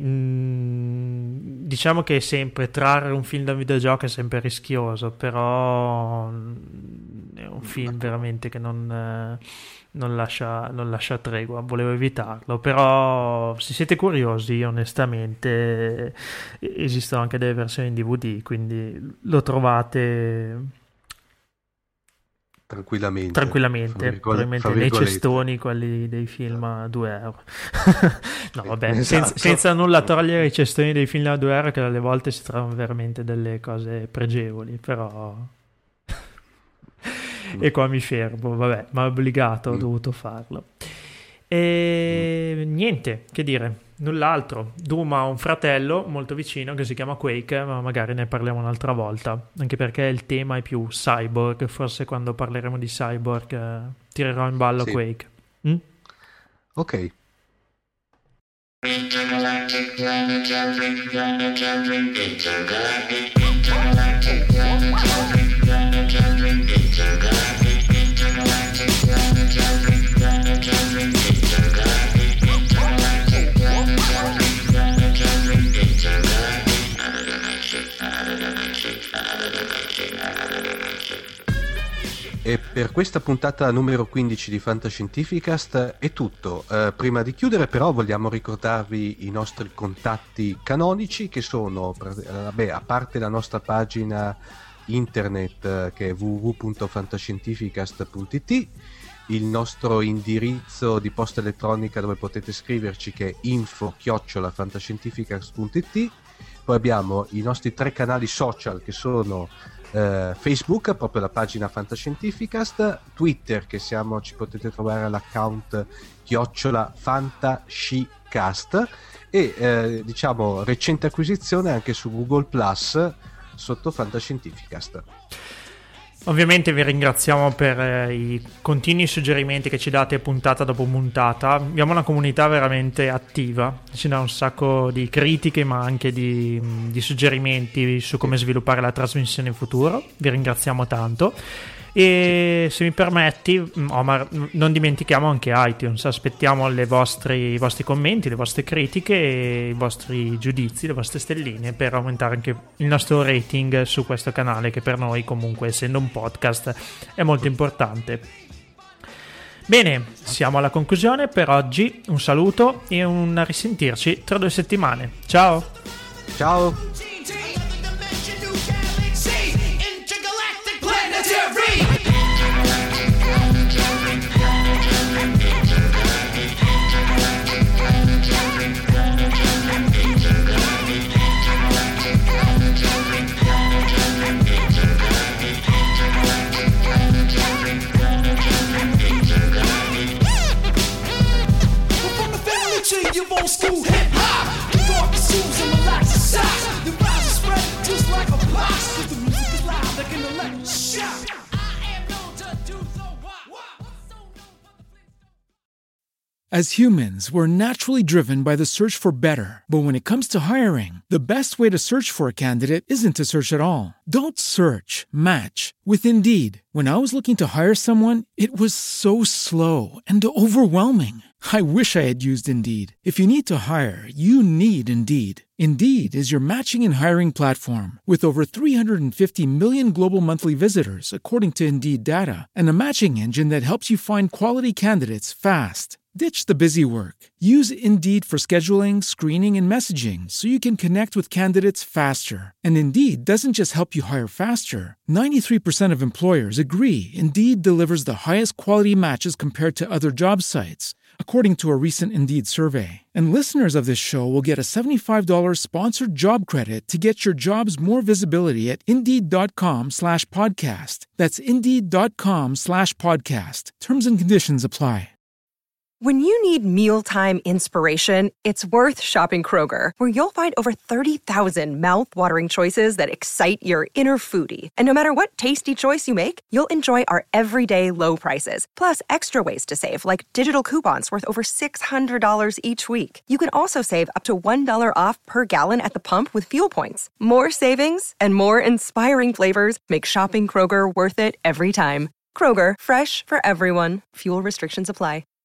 Mm, diciamo che è sempre trarre un film da un videogioco è sempre rischioso, però è un film veramente che non, eh, non lascia non lascia tregua. Volevo evitarlo, però se siete curiosi, onestamente esistono anche delle versioni in D V D, quindi lo trovate tranquillamente, tranquillamente probabilmente nei cestoni quelli dei film a due euro. No vabbè, esatto. senza, senza nulla togliere i cestoni dei film a due euro, che alle volte si trovano veramente delle cose pregevoli, però mm. e qua mi fermo, vabbè, ma obbligato, mm. ho dovuto farlo. E mm. niente, che dire, null'altro. Doom ha un fratello molto vicino che si chiama Quake, ma magari ne parliamo un'altra volta, anche perché il tema è più cyborg. Forse quando parleremo di cyborg eh, tirerò in ballo sì. Quake. Mm? Ok. E Per questa puntata numero quindici di Fantascientificast è tutto. Eh, prima di chiudere però vogliamo ricordarvi i nostri contatti canonici che sono, eh, vabbè, a parte la nostra pagina internet eh, che è w w w punto fantascientificast punto i t, il nostro indirizzo di posta elettronica dove potete scriverci che è info chiocciola fantascientificast punto i t. Poi abbiamo i nostri tre canali social che sono Uh, Facebook, proprio la pagina Fantascientificast, Twitter che siamo, ci potete trovare all'account chiocciola Fantascicast e eh, diciamo recente acquisizione anche su Google Plus sotto Fantascientificast. Ovviamente vi ringraziamo per eh, i continui suggerimenti che ci date puntata dopo puntata. Abbiamo una comunità veramente attiva, ci dà un sacco di critiche ma anche di, di suggerimenti su come sviluppare la trasmissione in futuro. Vi ringraziamo tanto. E se mi permetti, Omar, non dimentichiamo anche iTunes, aspettiamo le vostri, i vostri commenti, le vostre critiche e i vostri giudizi, le vostre stelline per aumentare anche il nostro rating su questo canale che per noi comunque, essendo un podcast, è molto importante. Bene, siamo alla conclusione per oggi, un saluto e un risentirci tra due settimane. Ciao! Ciao! You old school hip hop, you thought the shoes and relax the socks. The rise is spread just like a box. Cause the music is loud like an electric shock. I am known to do so what? As humans, we're naturally driven by the search for better. But when it comes to hiring, the best way to search for a candidate isn't to search at all. Don't search, match with Indeed. When I was looking to hire someone, it was so slow and overwhelming. I wish I had used Indeed. If you need to hire, you need Indeed. Indeed is your matching and hiring platform with over three hundred fifty million global monthly visitors, according to Indeed data, and a matching engine that helps you find quality candidates fast. Ditch the busy work. Use Indeed for scheduling, screening, and messaging so you can connect with candidates faster. And Indeed doesn't just help you hire faster. ninety-three percent of employers agree Indeed delivers the highest quality matches compared to other job sites, according to a recent Indeed survey. And listeners of this show will get a seventy-five dollars sponsored job credit to get your jobs more visibility at Indeed.com slash podcast. That's Indeed.com slash podcast. Terms and conditions apply. When you need mealtime inspiration, it's worth shopping Kroger, where you'll find over thirty thousand mouth-watering choices that excite your inner foodie. And no matter what tasty choice you make, you'll enjoy our everyday low prices, plus extra ways to save, like digital coupons worth over six hundred dollars each week. You can also save up to one dollar off per gallon at the pump with fuel points. More savings and more inspiring flavors make shopping Kroger worth it every time. Kroger, fresh for everyone. Fuel restrictions apply.